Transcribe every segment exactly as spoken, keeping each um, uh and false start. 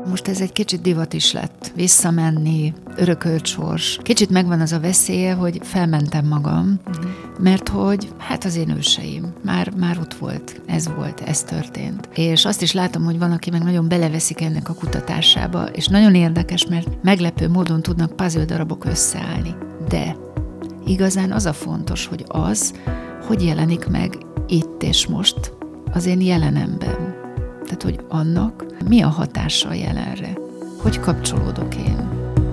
Most ez egy kicsit divat is lett. Visszamenni, örökölt sors. Kicsit megvan az a veszélye, hogy felmentem magam, uh-huh. mert hogy hát az én őseim. Már, már ott volt, ez volt, ez történt. És azt is látom, hogy van, aki meg nagyon beleveszik ennek a kutatásába, és nagyon érdekes, mert meglepő módon tudnak puzzle darabok összeállni. De igazán az a fontos, hogy az, hogy jelenik meg itt és most az én jelenemben. Tehát, hogy annak mi a hatása a jelenre? Hogy kapcsolódok én?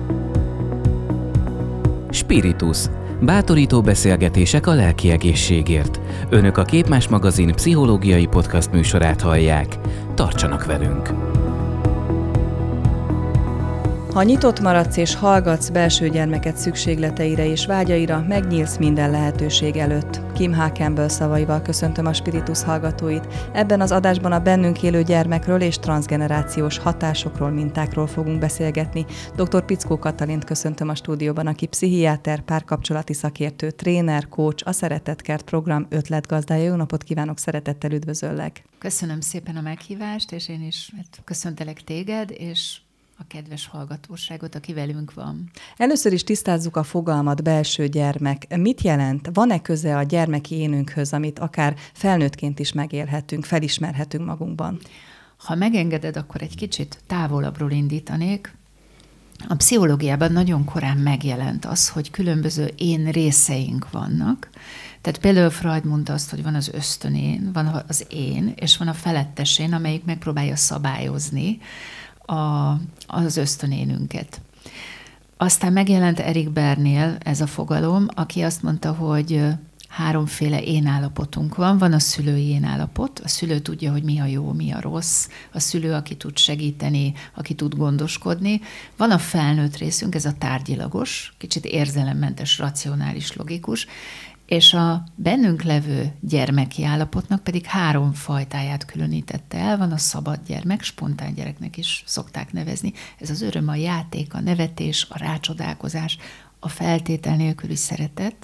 Spiritus. Bátorító beszélgetések a lelki egészségért. Önök a Képmás magazin pszichológiai podcast műsorát hallják. Tartsanak velünk! Ha nyitott maradsz és hallgatsz belső gyermeked szükségleteire és vágyaira, megnyílsz minden lehetőség előtt. Kim H. Campbell szavaival köszöntöm a Spiritus hallgatóit. Ebben az adásban a bennünk élő gyermekről és transzgenerációs hatásokról, mintákról fogunk beszélgetni. dr. Pickó Katalint köszöntöm a stúdióban, aki pszichiáter, párkapcsolati szakértő, tréner, coach, a Szeretetkert program ötletgazdája. Jó napot kívánok, szeretettel üdvözöllek! Köszönöm szépen a meghívást, és én is köszöntelek téged, és a kedves hallgatóságot, aki velünk van. Először is tisztázzuk a fogalmat, belső gyermek. Mit jelent? Van-e köze a gyermeki énünkhöz, amit akár felnőttként is megélhetünk, felismerhetünk magunkban? Ha megengeded, akkor egy kicsit távolabbról indítanék. A pszichológiában nagyon korán megjelent az, hogy különböző én részeink vannak. Tehát például Freud mondta azt, hogy van az ösztönén, van az én, és van a felettes én, amelyik megpróbálja szabályozni A, az ösztönénünket. Aztán megjelent Eric Bernél ez a fogalom, aki azt mondta, hogy háromféle énállapotunk van. Van a szülői énállapot, a szülő tudja, hogy mi a jó, mi a rossz, a szülő, aki tud segíteni, aki tud gondoskodni. Van a felnőtt részünk, ez a tárgyilagos, kicsit érzelemmentes, racionális, logikus, és a bennünk levő gyermeki állapotnak pedig három fajtáját különítette el. Van a szabad gyermek, spontán gyereknek is szokták nevezni. Ez az öröm, a játék, a nevetés, a rácsodálkozás, a feltétel nélküli szeretet.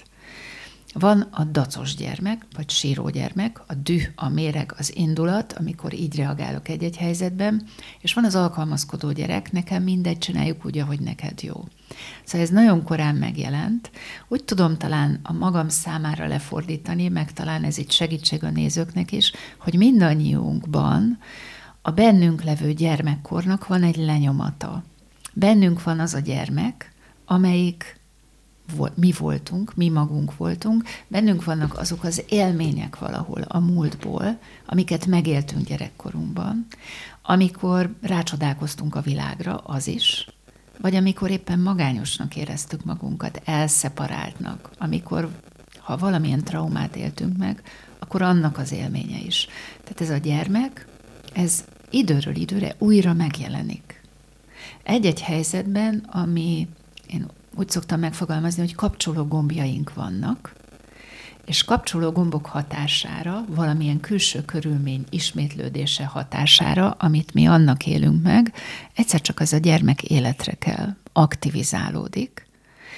Van a dacos gyermek, vagy síró gyermek, a düh, a méreg, az indulat, amikor így reagálok egy-egy helyzetben, és van az alkalmazkodó gyerek, nekem mindegy, csináljuk úgy, ahogy neked jó. Szóval ez nagyon korán megjelent. Úgy tudom talán a magam számára lefordítani, meg talán ez itt segítség a nézőknek is, hogy mindannyiunkban a bennünk levő gyermekkornak van egy lenyomata. Bennünk van az a gyermek, amelyik mi voltunk, mi magunk voltunk, bennünk vannak azok az élmények valahol a múltból, amiket megéltünk gyerekkorunkban, amikor rácsodálkoztunk a világra, az is, vagy amikor éppen magányosnak éreztük magunkat, elszeparáltnak, amikor, ha valamilyen traumát éltünk meg, akkor annak az élménye is. Tehát ez a gyermek, ez időről időre újra megjelenik. Egy-egy helyzetben, ami én úgy szoktam megfogalmazni, hogy kapcsoló gombjaink vannak, és kapcsoló gombok hatására, valamilyen külső körülmény ismétlődése hatására, amit mi annak élünk meg, egyszer csak az a gyermek életre kell, aktivizálódik,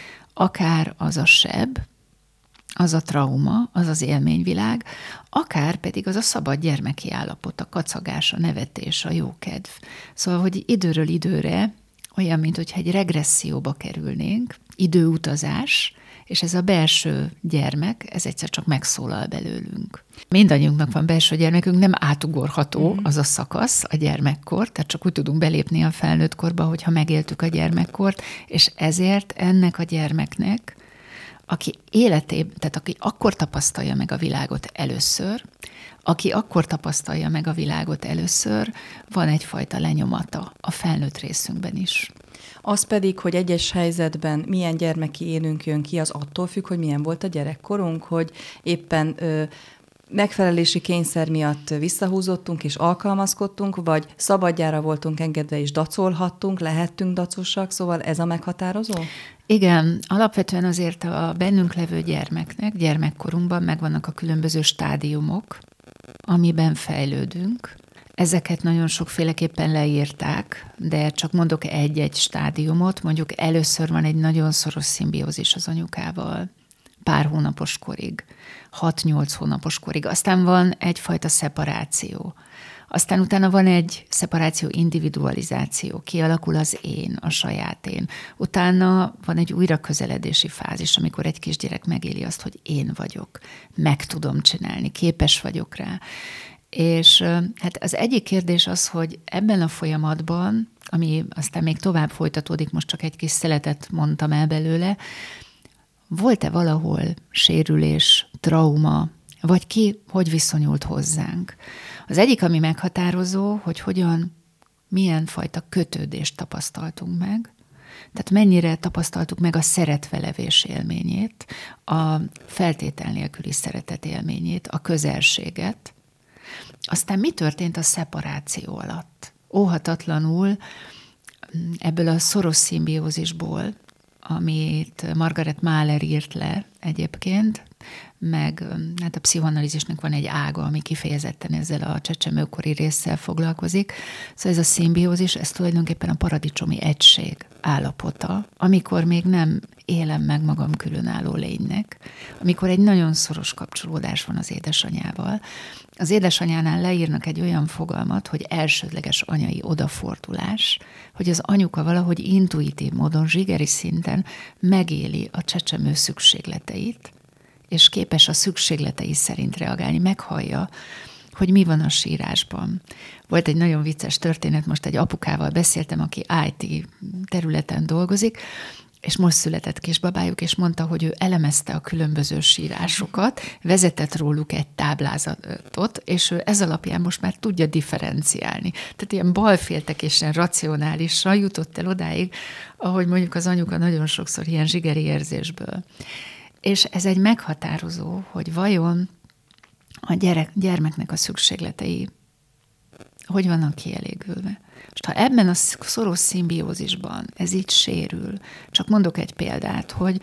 akár az a seb, az a trauma, az az élményvilág, akár pedig az a szabad gyermeki állapot, a kacagás, a nevetés, a jókedv. Szóval, hogy időről időre olyan, mint hogyha egy regresszióba kerülnénk, időutazás, és ez a belső gyermek, ez egyszer csak megszólal belőlünk. Mindannyiunknak van belső gyermekünk, nem átugorható az a szakasz, a gyermekkor, tehát csak úgy tudunk belépni a felnőtt korba, hogyha megéltük a gyermekkort, és ezért ennek a gyermeknek, aki életében, tehát aki akkor tapasztalja meg a világot először, aki akkor tapasztalja meg a világot először, van egyfajta lenyomata a felnőtt részünkben is. Az pedig, hogy egyes helyzetben milyen gyermeki énünk jön ki, az attól függ, hogy milyen volt a gyerekkorunk, hogy éppen ö, megfelelési kényszer miatt visszahúzottunk és alkalmazkodtunk, vagy szabadjára voltunk engedve és dacolhattunk, lehettünk dacosak, szóval ez a meghatározó? Igen, alapvetően azért a bennünk levő gyermeknek, gyermekkorunkban megvannak a különböző stádiumok, amiben fejlődünk. Ezeket nagyon sokféleképpen leírták, de csak mondok egy-egy stádiumot. Mondjuk először van egy nagyon szoros szimbiózis az anyukával, pár hónapos korig, hat-nyolc hónapos korig. Aztán van egyfajta szeparáció. Aztán utána van egy szeparáció, individualizáció, kialakul az én, a saját én. Utána van egy újraközeledési fázis, amikor egy kisgyerek megéli azt, hogy én vagyok, meg tudom csinálni, képes vagyok rá. És hát az egyik kérdés az, hogy ebben a folyamatban, ami aztán még tovább folytatódik, most csak egy kis szeletet mondtam el belőle, volt-e valahol sérülés, trauma, vagy ki hogy viszonyult hozzánk? Az egyik, ami meghatározó, hogy hogyan, milyen fajta kötődést tapasztaltunk meg, tehát mennyire tapasztaltuk meg a szeretvelevés élményét, a feltétel nélküli szeretet élményét, a közelséget. Aztán mi történt a szeparáció alatt? Óhatatlanul ebből a szoros szimbiózisból, amit Margaret Mahler írt le egyébként, meg hát a pszichoanalízisnek van egy ága, ami kifejezetten ezzel a csecsemőkori résszel foglalkozik. Szóval ez a szimbiózis, ez tulajdonképpen a paradicsomi egység állapota, amikor még nem élem meg magam különálló lénynek, amikor egy nagyon szoros kapcsolódás van az édesanyával. Az édesanyánál leírnak egy olyan fogalmat, hogy elsődleges anyai odafordulás, hogy az anyuka valahogy intuitív módon, zsigeri szinten megéli a csecsemő szükségleteit, és képes a szükségletei szerint reagálni, meghallja, hogy mi van a sírásban. Volt egy nagyon vicces történet, most egy apukával beszéltem, aki í té területen dolgozik, és most született kisbabájuk, és mondta, hogy ő elemezte a különböző sírásokat, vezetett róluk egy táblázatot, és ő ez alapján most már tudja differenciálni. Tehát ilyen balféltekésen, racionálisan jutott el odáig, ahogy mondjuk az anyuka nagyon sokszor ilyen zsigeri érzésből. És ez egy meghatározó, hogy vajon a gyerek, gyermeknek a szükségletei hogy vannak kielégülve. És ha ebben a szoros szimbiózisban ez így sérül, csak mondok egy példát, hogy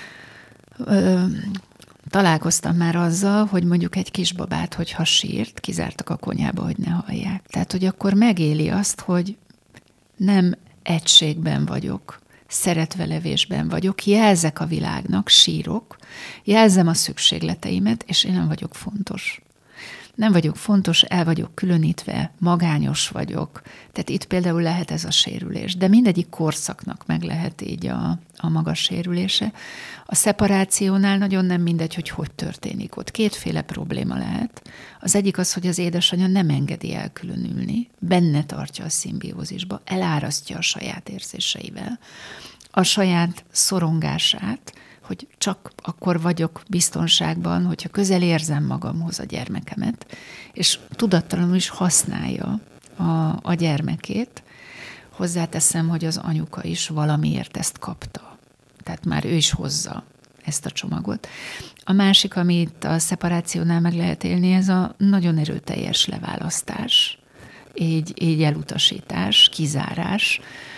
ö, találkoztam már azzal, hogy mondjuk egy kisbabát, hogyha sírt, kizártak a konyhába, hogy ne hallják. Tehát, hogy akkor megéli azt, hogy nem egységben vagyok, szeretvelevésben vagyok, jelzek a világnak, sírok, jelzem a szükségleteimet, és én nem vagyok fontos. Nem vagyok fontos, el vagyok különítve, magányos vagyok. Tehát itt például lehet ez a sérülés. De mindegyik korszaknak meg lehet így a, a magas sérülése. A szeparációnál nagyon nem mindegy, hogy hogy történik ott. Kétféle probléma lehet. Az egyik az, hogy az édesanyja nem engedi elkülönülni, benne tartja a szimbiózisba, elárasztja a saját érzéseivel, a saját szorongását, hogy csak akkor vagyok biztonságban, hogyha közel érzem magamhoz a gyermekemet, és tudattalanul is használja a, a gyermekét. Hozzáteszem, hogy az anyuka is valamiért ezt kapta. Tehát már ő is hozza ezt a csomagot. A másik, amit a szeparációnál meg lehet élni, ez a nagyon erőteljes leválasztás, így, így elutasítás, kizárás,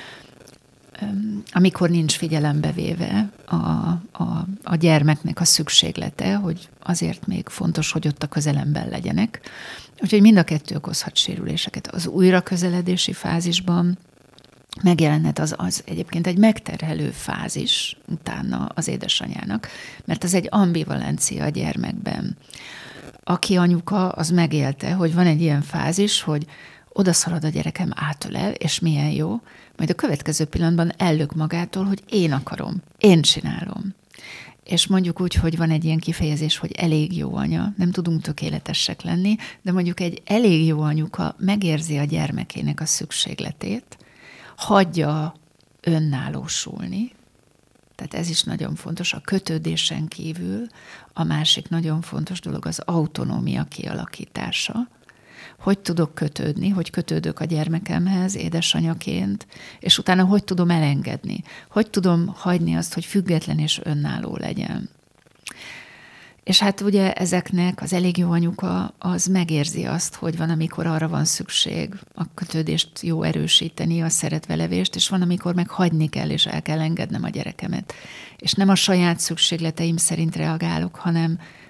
amikor nincs figyelembe véve a, a, a gyermeknek a szükséglete, hogy azért még fontos, hogy ott a közelemben legyenek. Úgyhogy mind a kettő okozhat sérüléseket. Az újraközeledési fázisban megjelenhet az, az egyébként egy megterhelő fázis utána az édesanyának, mert az egy ambivalencia a gyermekben. Aki anyuka, az megélte, hogy van egy ilyen fázis, hogy odaszalad a gyerekem, átölel, és milyen jó, majd a következő pillanatban ellök magától, hogy én akarom, én csinálom. És mondjuk úgy, hogy van egy ilyen kifejezés, hogy elég jó anya, nem tudunk tökéletesek lenni, de mondjuk egy elég jó anyuka megérzi a gyermekének a szükségletét, hagyja önállósulni, tehát ez is nagyon fontos, a kötődésen kívül a másik nagyon fontos dolog az autonómia kialakítása. Hogy tudok kötődni, hogy kötődök a gyermekemhez édesanyaként, és utána hogy tudom elengedni, hogy tudom hagyni azt, hogy független és önálló legyen. És hát ugye ezeknek az elég jó anyuka az megérzi azt, hogy van, amikor arra van szükség a kötődést jó erősíteni, a szeretvelevést, és van, amikor meg hagyni kell, és el kell engednem a gyerekemet. És nem a saját szükségleteim szerint reagálok, hanem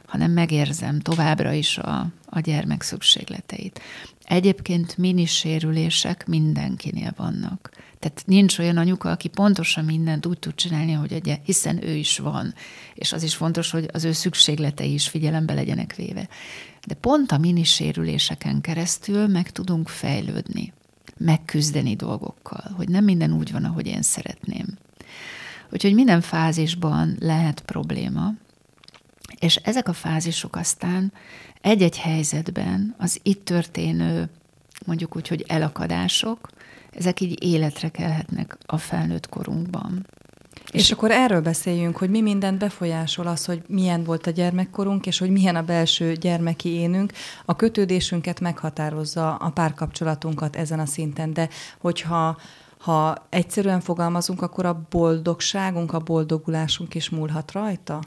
hanem megérzem továbbra is a, a gyermek szükségleteit. Egyébként minisérülések mindenkinél vannak. Tehát nincs olyan anyuka, aki pontosan mindent úgy tud csinálni, hogy a gyere, hiszen ő is van. És az is fontos, hogy az ő szükségletei is figyelembe legyenek véve. De pont a minisérüléseken keresztül meg tudunk fejlődni, megküzdeni dolgokkal, hogy nem minden úgy van, ahogy én szeretném. Úgyhogy minden fázisban lehet probléma, és ezek a fázisok aztán egy-egy helyzetben az itt történő, mondjuk úgy, hogy elakadások, ezek így életre kelhetnek a felnőtt korunkban. És, és akkor erről beszéljünk, hogy mi mindent befolyásol az, hogy milyen volt a gyermekkorunk, és hogy milyen a belső gyermeki énünk. A kötődésünket meghatározza a párkapcsolatunkat ezen a szinten, de hogyha ha egyszerűen fogalmazunk, akkor a boldogságunk, a boldogulásunk is múlhat rajta?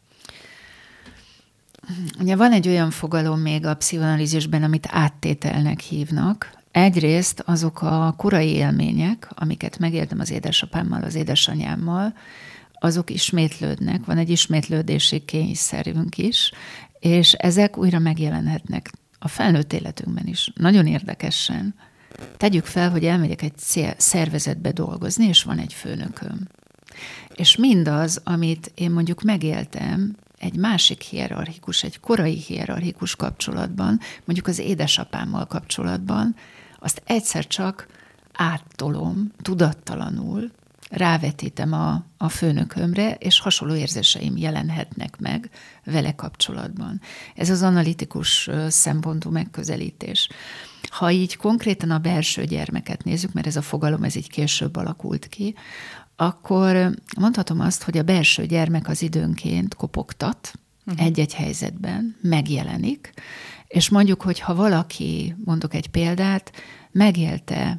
Ugye van egy olyan fogalom még a pszichoanalízisben, amit áttételnek hívnak. Egyrészt azok a korai élmények, amiket megéltem az édesapámmal, az édesanyámmal, azok ismétlődnek, van egy ismétlődési kényszerünk is, és ezek újra megjelenhetnek a felnőtt életünkben is. Nagyon érdekesen. Tegyük fel, hogy elmegyek egy szervezetbe dolgozni, és van egy főnököm. És mindaz, amit én mondjuk megéltem, egy másik hierarchikus, egy korai hierarchikus kapcsolatban, mondjuk az édesapámmal kapcsolatban, azt egyszer csak áttolom, tudattalanul, rávetítem a, a főnökömre, és hasonló érzéseim jelenhetnek meg vele kapcsolatban. Ez az analitikus szempontú megközelítés. Ha így konkrétan a belső gyermeket nézzük, mert ez a fogalom ez így később alakult ki, akkor mondhatom azt, hogy a belső gyermek az időnként kopogtat uh-huh. egy-egy helyzetben, megjelenik, és mondjuk, hogy ha valaki, mondok egy példát, megélte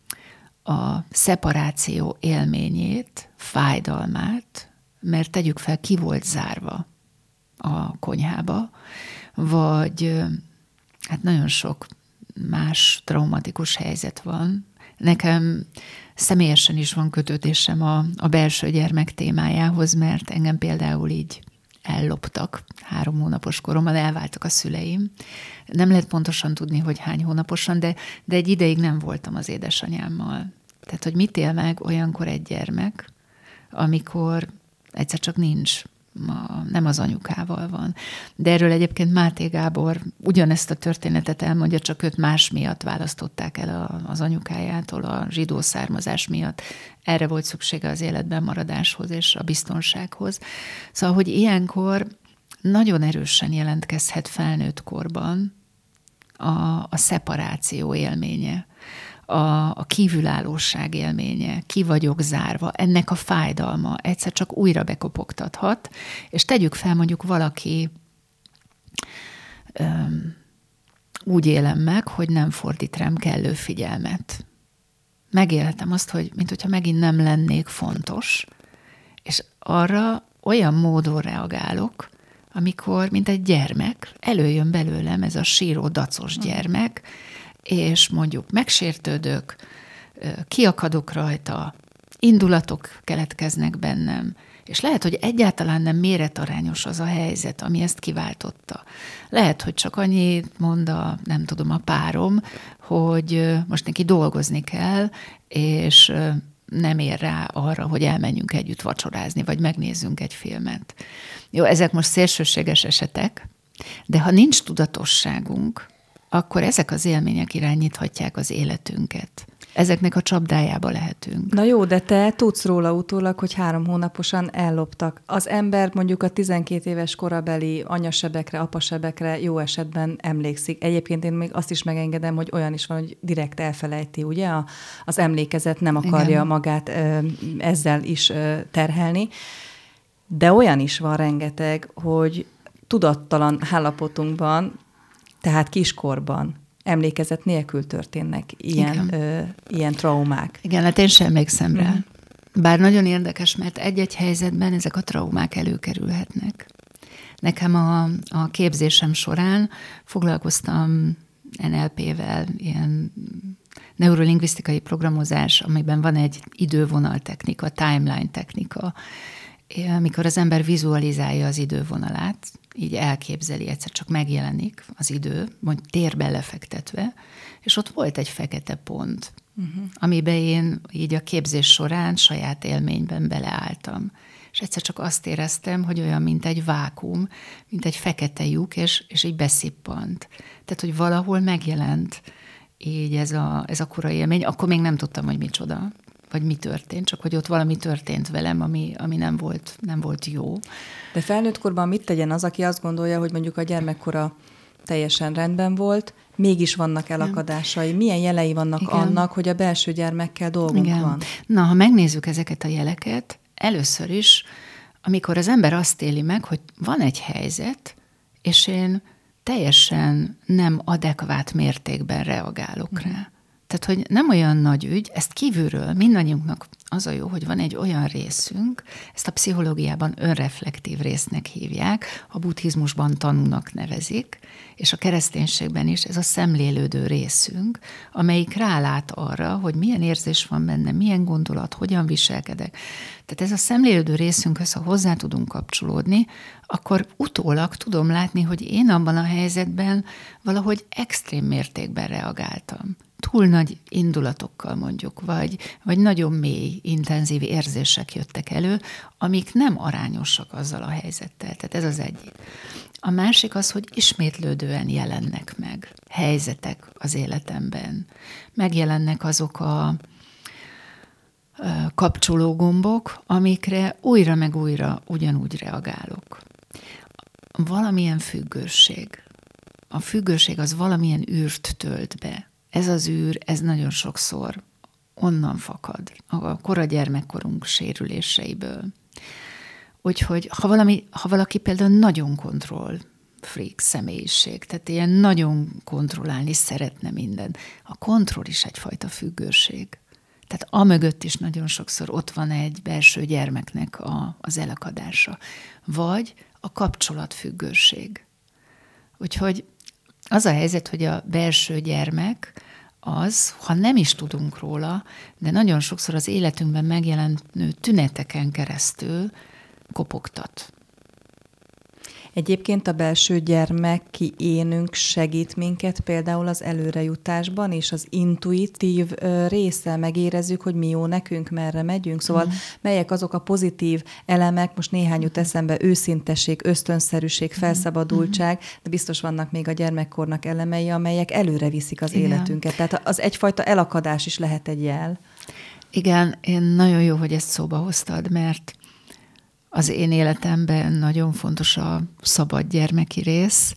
a szeparáció élményét, fájdalmát, mert tegyük fel, ki volt zárva a konyhába, vagy hát nagyon sok más traumatikus helyzet van. Nekem személyesen is van kötődésem a, a belső gyermek témájához, mert engem például így elloptak. Három hónapos koromban elváltak a szüleim. Nem lehet pontosan tudni, hogy hány hónaposan, de, de egy ideig nem voltam az édesanyámmal. Tehát, hogy mit él meg olyankor egy gyermek, amikor egyszer csak nincs, ma nem az anyukával van. De erről egyébként Máté Gábor ugyanezt a történetet elmondja, csak őt más miatt választották el a, az anyukájától, a zsidó származás miatt. Erre volt szüksége az életben maradáshoz és a biztonsághoz. Szóval, hogy ilyenkor nagyon erősen jelentkezhet felnőtt korban a, a szeparáció élménye, a, a kívülállóság élménye, ki vagyok zárva, ennek a fájdalma egyszer csak újra bekopogtathat, és tegyük fel, mondjuk valaki öm, úgy élem meg, hogy nem fordít rám kellő figyelmet. Megélhetem azt, hogy mint hogyha megint nem lennék fontos, és arra olyan módon reagálok, amikor, mint egy gyermek, előjön belőlem ez a síró, dacos gyermek, és mondjuk megsértődök, kiakadok rajta, indulatok keletkeznek bennem, és lehet, hogy egyáltalán nem méretarányos az a helyzet, ami ezt kiváltotta. Lehet, hogy csak annyit mond a, nem tudom, a párom, hogy most neki dolgozni kell, és nem ér rá arra, hogy elmenjünk együtt vacsorázni, vagy megnézzünk egy filmet. Jó, ezek most szélsőséges esetek, de ha nincs tudatosságunk, akkor ezek az élmények irányíthatják az életünket. Ezeknek a csapdájába lehetünk. Na jó, de te tudsz róla utólag, hogy három hónaposan elloptak. Az ember mondjuk a tizenkét éves korabeli anyasebekre, apasebekre jó esetben emlékszik. Egyébként én még azt is megengedem, hogy olyan is van, hogy direkt elfelejti, ugye? A, az emlékezet nem akarja Igen. magát ö, ezzel is ö, terhelni. De olyan is van rengeteg, hogy tudattalan állapotunkban, tehát kiskorban emlékezet nélkül történnek ilyen, ö, ilyen traumák. Igen, hát én sem emlékszem rá. Mm. Bár nagyon érdekes, mert egy-egy helyzetben ezek a traumák előkerülhetnek. Nekem a, a képzésem során foglalkoztam en el pé-vel, ilyen neurolingvisztikai programozás, amiben van egy idővonal technika, timeline technika, amikor az ember vizualizálja az idővonalát, így elképzeli, egyszer csak megjelenik az idő, vagy térben lefektetve, és ott volt egy fekete pont, uh-huh. amiben én így a képzés során saját élményben beleálltam. És egyszer csak azt éreztem, hogy olyan, mint egy vákum, mint egy fekete lyuk, és, és így beszippant. Tehát, hogy valahol megjelent így ez a, ez a korai élmény. Akkor még nem tudtam, hogy micsoda, vagy mi történt, csak hogy ott valami történt velem, ami, ami nem volt, nem volt jó. De felnőtt korban mit tegyen az, aki azt gondolja, hogy mondjuk a gyermekkora teljesen rendben volt, mégis vannak elakadásai. Milyen jelei vannak Igen. annak, hogy a belső gyermekkel dolgunk Igen. van? Na, ha megnézzük ezeket a jeleket, először is, amikor az ember azt éli meg, hogy van egy helyzet, és én teljesen nem adekvát mértékben reagálok mm. rá. Tehát, hogy nem olyan nagy ügy, ezt kívülről mindannyiunknak az a jó, hogy van egy olyan részünk, ezt a pszichológiában önreflektív résznek hívják, a buddhizmusban tanúnak nevezik, és a kereszténységben is ez a szemlélődő részünk, amelyik rálát arra, hogy milyen érzés van benne, milyen gondolat, hogyan viselkedek. Tehát ez a szemlélődő részünkhöz, ha hozzá tudunk kapcsolódni, akkor utólag tudom látni, hogy én abban a helyzetben valahogy extrém mértékben reagáltam. Túl nagy indulatokkal mondjuk, vagy, vagy nagyon mély, intenzív érzések jöttek elő, amik nem arányosak azzal a helyzettel. Tehát ez az egyik. A másik az, hogy ismétlődően jelennek meg helyzetek az életemben. Megjelennek azok a kapcsológombok, amikre újra meg újra ugyanúgy reagálok. Valamilyen függőség. A függőség az valamilyen űrt tölt be. Ez az űr, ez nagyon sokszor onnan fakad, a kora gyermekkorunk sérüléseiből. Úgyhogy ha, valami, ha valaki például nagyon kontroll freak személyiség, tehát ilyen nagyon kontrollálni szeretne mindent, a kontroll is egyfajta függőség. Tehát amögött is nagyon sokszor ott van egy belső gyermeknek a, az elakadása. Vagy a kapcsolatfüggőség. Úgyhogy az a helyzet, hogy a belső gyermek az, ha nem is tudunk róla, de nagyon sokszor az életünkben megjelenő tüneteken keresztül kopogtat. Egyébként a belső gyermeki énünk segít minket például az előrejutásban, és az intuitív része megérezzük, hogy mi jó nekünk, merre megyünk. Szóval mm. melyek azok a pozitív elemek, most néhány jut eszembe, őszintesség, ösztönszerűség, felszabadultság, de biztos vannak még a gyermekkornak elemei, amelyek előre viszik az Igen. életünket. Tehát az egyfajta elakadás is lehet egy jel. Igen, én nagyon jó, hogy ezt szóba hoztad, mert az én életemben nagyon fontos a szabad gyermeki rész.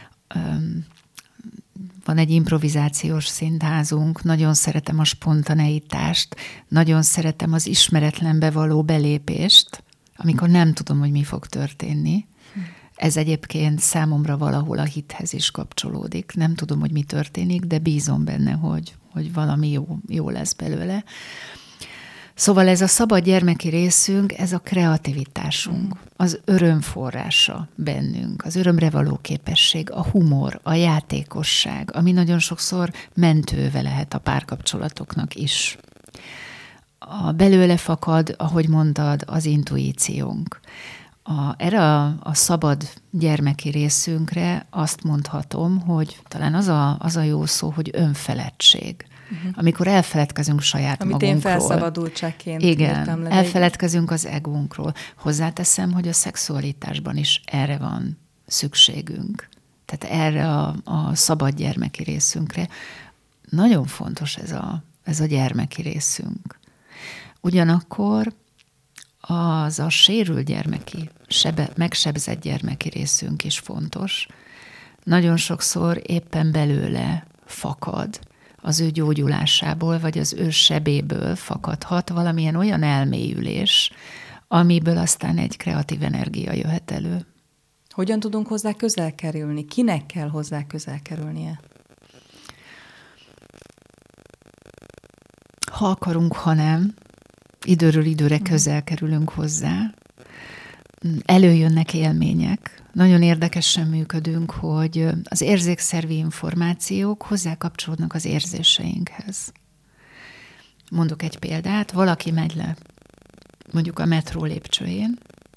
Van egy improvizációs színházunk, nagyon szeretem a spontaneitást, nagyon szeretem az ismeretlenbe való belépést, amikor nem tudom, hogy mi fog történni. Ez egyébként számomra valahol a hithez is kapcsolódik. Nem tudom, hogy mi történik, de bízom benne, hogy, hogy valami jó, jó lesz belőle. Szóval ez a szabad gyermeki részünk, ez a kreativitásunk, az öröm forrása bennünk, az örömre való képesség, a humor, a játékosság, ami nagyon sokszor mentőve lehet a párkapcsolatoknak is. A belőle fakad, ahogy mondtad, az intuíciónk. A, erre a, a szabad gyermeki részünkre azt mondhatom, hogy talán az a, az a jó szó, hogy önfeledtség. Uh-huh. Amikor elfeledkezünk saját Amit magunkról. Amit én felszabadultságként Igen, elfeledkezünk az egónkról. Hozzáteszem, hogy a szexualitásban is erre van szükségünk. Tehát erre a, a szabad gyermeki részünkre. Nagyon fontos ez a, ez a gyermeki részünk. Ugyanakkor az a sérült gyermeki, sebe, megsebzett gyermeki részünk is fontos. Nagyon sokszor éppen belőle fakad, az ő gyógyulásából, vagy az ő sebéből fakadhat valamilyen olyan elmélyülés, amiből aztán egy kreatív energia jöhet elő. Hogyan tudunk hozzá közel kerülni? Kinek kell hozzá közel kerülnie? Ha akarunk, ha nem, időről időre közel kerülünk hozzá. Előjönnek élmények. Nagyon érdekesen működünk, hogy az érzékszervi információk hozzá kapcsolódnak az érzéseinkhez. Mondok egy példát, valaki megy le mondjuk a metró lépcsőjén,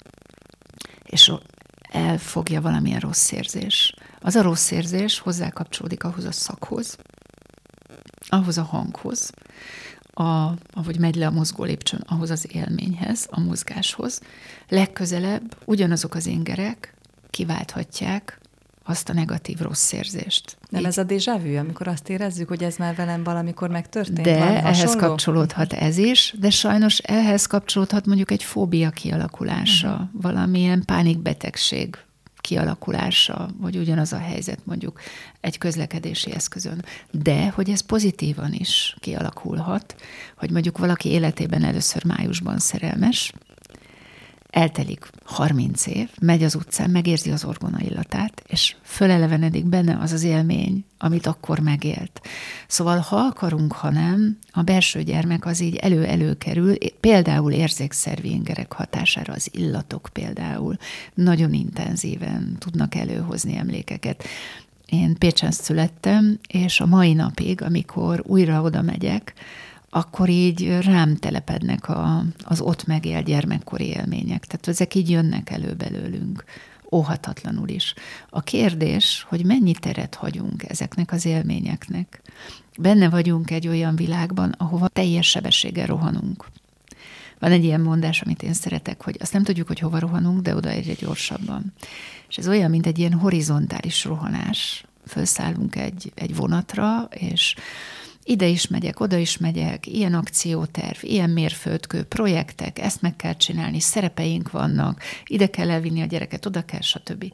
és elfogja valamilyen rossz érzés. Az a rossz érzés hozzá kapcsolódik ahhoz a szaghoz, ahhoz a hanghoz, a, ahogy megy le a mozgó lépcsőn, ahhoz az élményhez, a mozgáshoz. Legközelebb ugyanazok az ingerek kiválthatják azt a negatív rossz érzést. Nem Így. Ez a déjà vu, amikor azt érezzük, hogy ez már velem valamikor megtörtént? De Van ehhez hasonló? kapcsolódhat ez is, de sajnos ehhez kapcsolódhat mondjuk egy fóbia kialakulása, uh-huh. valamilyen pánikbetegség kialakulása, vagy ugyanaz a helyzet mondjuk egy közlekedési eszközön. De hogy ez pozitívan is kialakulhat, hogy mondjuk valaki életében először májusban szerelmes, eltelik harminc év, megy az utcán, megérzi az orgona illatát, és fölelevenedik benne az az élmény, amit akkor megélt. Szóval ha akarunk, ha nem, a belső gyermek az így elő-elő kerül, például érzékszervi ingerek hatására, az illatok például nagyon intenzíven tudnak előhozni emlékeket. Én Pécsen születtem, és a mai napig, amikor újra oda megyek, akkor így rám telepednek a, az ott megélt gyermekkori élmények. Tehát ezek így jönnek elő belőlünk, óhatatlanul is. A kérdés, hogy mennyi teret hagyunk ezeknek az élményeknek. Benne vagyunk egy olyan világban, ahova teljes sebességgel rohanunk. Van egy ilyen mondás, amit én szeretek, hogy azt nem tudjuk, hogy hova rohanunk, de oda egyre gyorsabban. És ez olyan, mint egy ilyen horizontális rohanás. Felszállunk egy, egy vonatra, és ide is megyek, oda is megyek, ilyen akcióterv, ilyen mérföldkő, projektek, ezt meg kell csinálni, szerepeink vannak, ide kell elvinni a gyereket, oda kell, stb.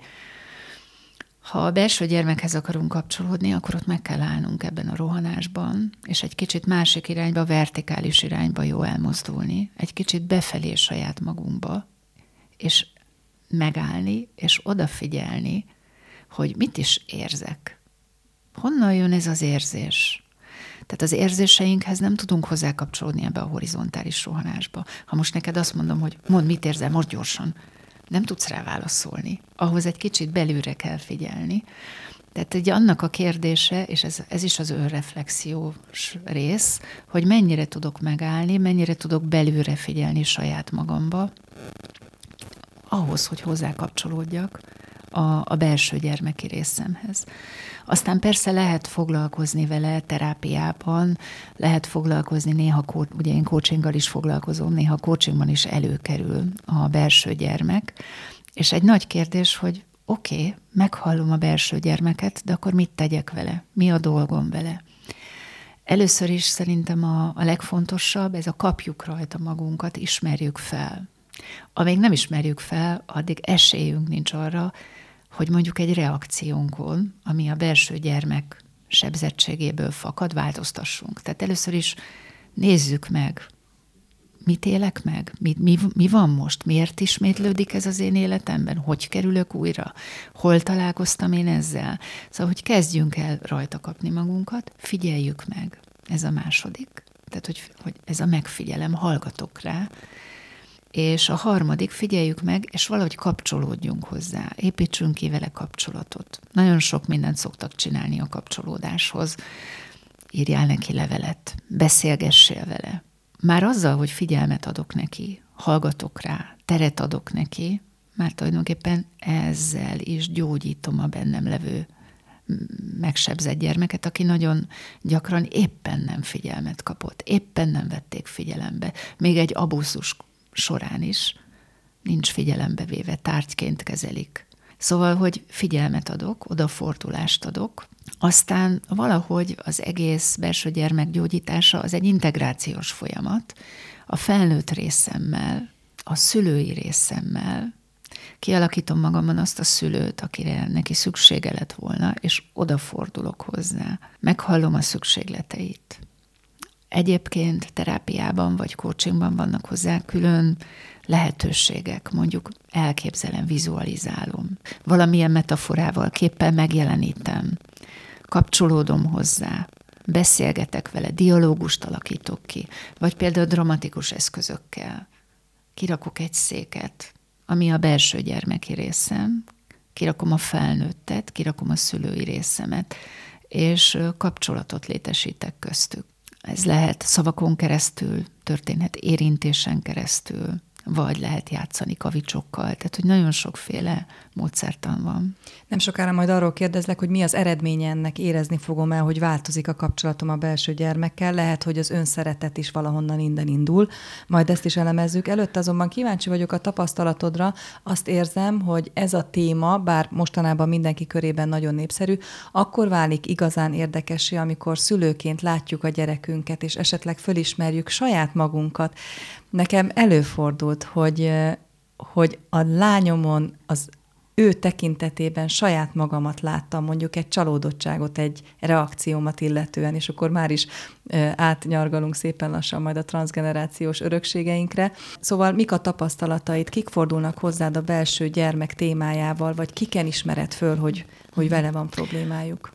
Ha a belső gyermekhez akarunk kapcsolódni, akkor ott meg kell állnunk ebben a rohanásban, és egy kicsit másik irányba, vertikális irányba jó elmozdulni, egy kicsit befelé saját magunkba, és megállni, és odafigyelni, hogy mit is érzek. Honnan jön ez az érzés? Tehát az érzéseinkhez nem tudunk hozzá kapcsolódni ebbe a horizontális rohanásba. Ha most neked azt mondom, hogy mondd, mit érzel, most gyorsan, nem tudsz rá válaszolni. Ahhoz egy kicsit belülre kell figyelni. Tehát egy annak a kérdése, és ez, ez is az önreflexiós rész, hogy mennyire tudok megállni, mennyire tudok belülre figyelni saját magamba, ahhoz, hogy hozzá kapcsolódjak a, a belső gyermeki részemhez. Aztán persze lehet foglalkozni vele terápiában, lehet foglalkozni néha, ugye én coachinggal is foglalkozom, néha coachingban is előkerül a belső gyermek, és egy nagy kérdés, hogy oké, okay, meghallom a belső gyermeket, de akkor mit tegyek vele? Mi a dolgom vele? Először is szerintem a, a legfontosabb, ez a kapjuk rajta magunkat, ismerjük fel. Amíg nem ismerjük fel, addig esélyünk nincs arra, hogy mondjuk egy reakciónkon, ami a belső gyermek sebzettségéből fakad, változtassunk. Tehát először is nézzük meg, mit élek meg, mi, mi, mi van most, miért ismétlődik ez az én életemben, hogy kerülök újra, hol találkoztam én ezzel. Szóval, hogy kezdjünk el rajta kapni magunkat, figyeljük meg, ez a második. Tehát, hogy, hogy ez a megfigyelem, hallgatok rá, és a harmadik, figyeljük meg, és valahogy kapcsolódjunk hozzá, építsünk ki vele kapcsolatot. Nagyon sok mindent szoktak csinálni a kapcsolódáshoz. Írjál neki levelet, beszélgessél vele. Már azzal, hogy figyelmet adok neki, hallgatok rá, teret adok neki, már tulajdonképpen ezzel is gyógyítom a bennem levő megsebzett gyermeket, aki nagyon gyakran éppen nem figyelmet kapott, éppen nem vették figyelembe. Még egy abúzus során is nincs figyelembe véve, tárgyként kezelik. Szóval, hogy figyelmet adok, odafordulást adok, aztán valahogy az egész belső gyermek gyógyítása az egy integrációs folyamat. A felnőtt részemmel, a szülői részemmel kialakítom magamban azt a szülőt, akire neki szüksége lett volna, és odafordulok hozzá. Meghallom a szükségleteit. Egyébként terápiában vagy coachingban vannak hozzá külön lehetőségek, mondjuk elképzelem, vizualizálom, valamilyen metaforával, képpel megjelenítem, kapcsolódom hozzá, beszélgetek vele, dialógust alakítok ki, vagy például dramatikus eszközökkel. Kirakok egy széket, ami a belső gyermeki részem, kirakom a felnőttet, kirakom a szülői részemet, és kapcsolatot létesítek köztük. Ez lehet szavakon keresztül, történhet érintésen keresztül, vagy lehet játszani kavicsokkal. Tehát, hogy nagyon sokféle módszertan van. Nem sokára majd arról kérdezlek, hogy mi az eredménye ennek, érezni fogom el, hogy változik a kapcsolatom a belső gyermekkel. Lehet, hogy az önszeretet is valahonnan innen indul. Majd ezt is elemezzük. Előtte azonban kíváncsi vagyok a tapasztalatodra. Azt érzem, hogy ez a téma, bár mostanában mindenki körében nagyon népszerű, akkor válik igazán érdekessé, amikor szülőként látjuk a gyerekünket, és esetleg fölismerjük saját magunkat. Nekem előfordult, hogy, hogy a lányomon az ő tekintetében saját magamat láttam, mondjuk egy csalódottságot, egy reakciómat illetően, és akkor már is átnyargalunk szépen lassan majd a transzgenerációs örökségeinkre. Szóval mik a tapasztalataid, kik fordulnak hozzád a belső gyermek témájával, vagy kiken ismered föl, hogy, hogy vele van problémájuk?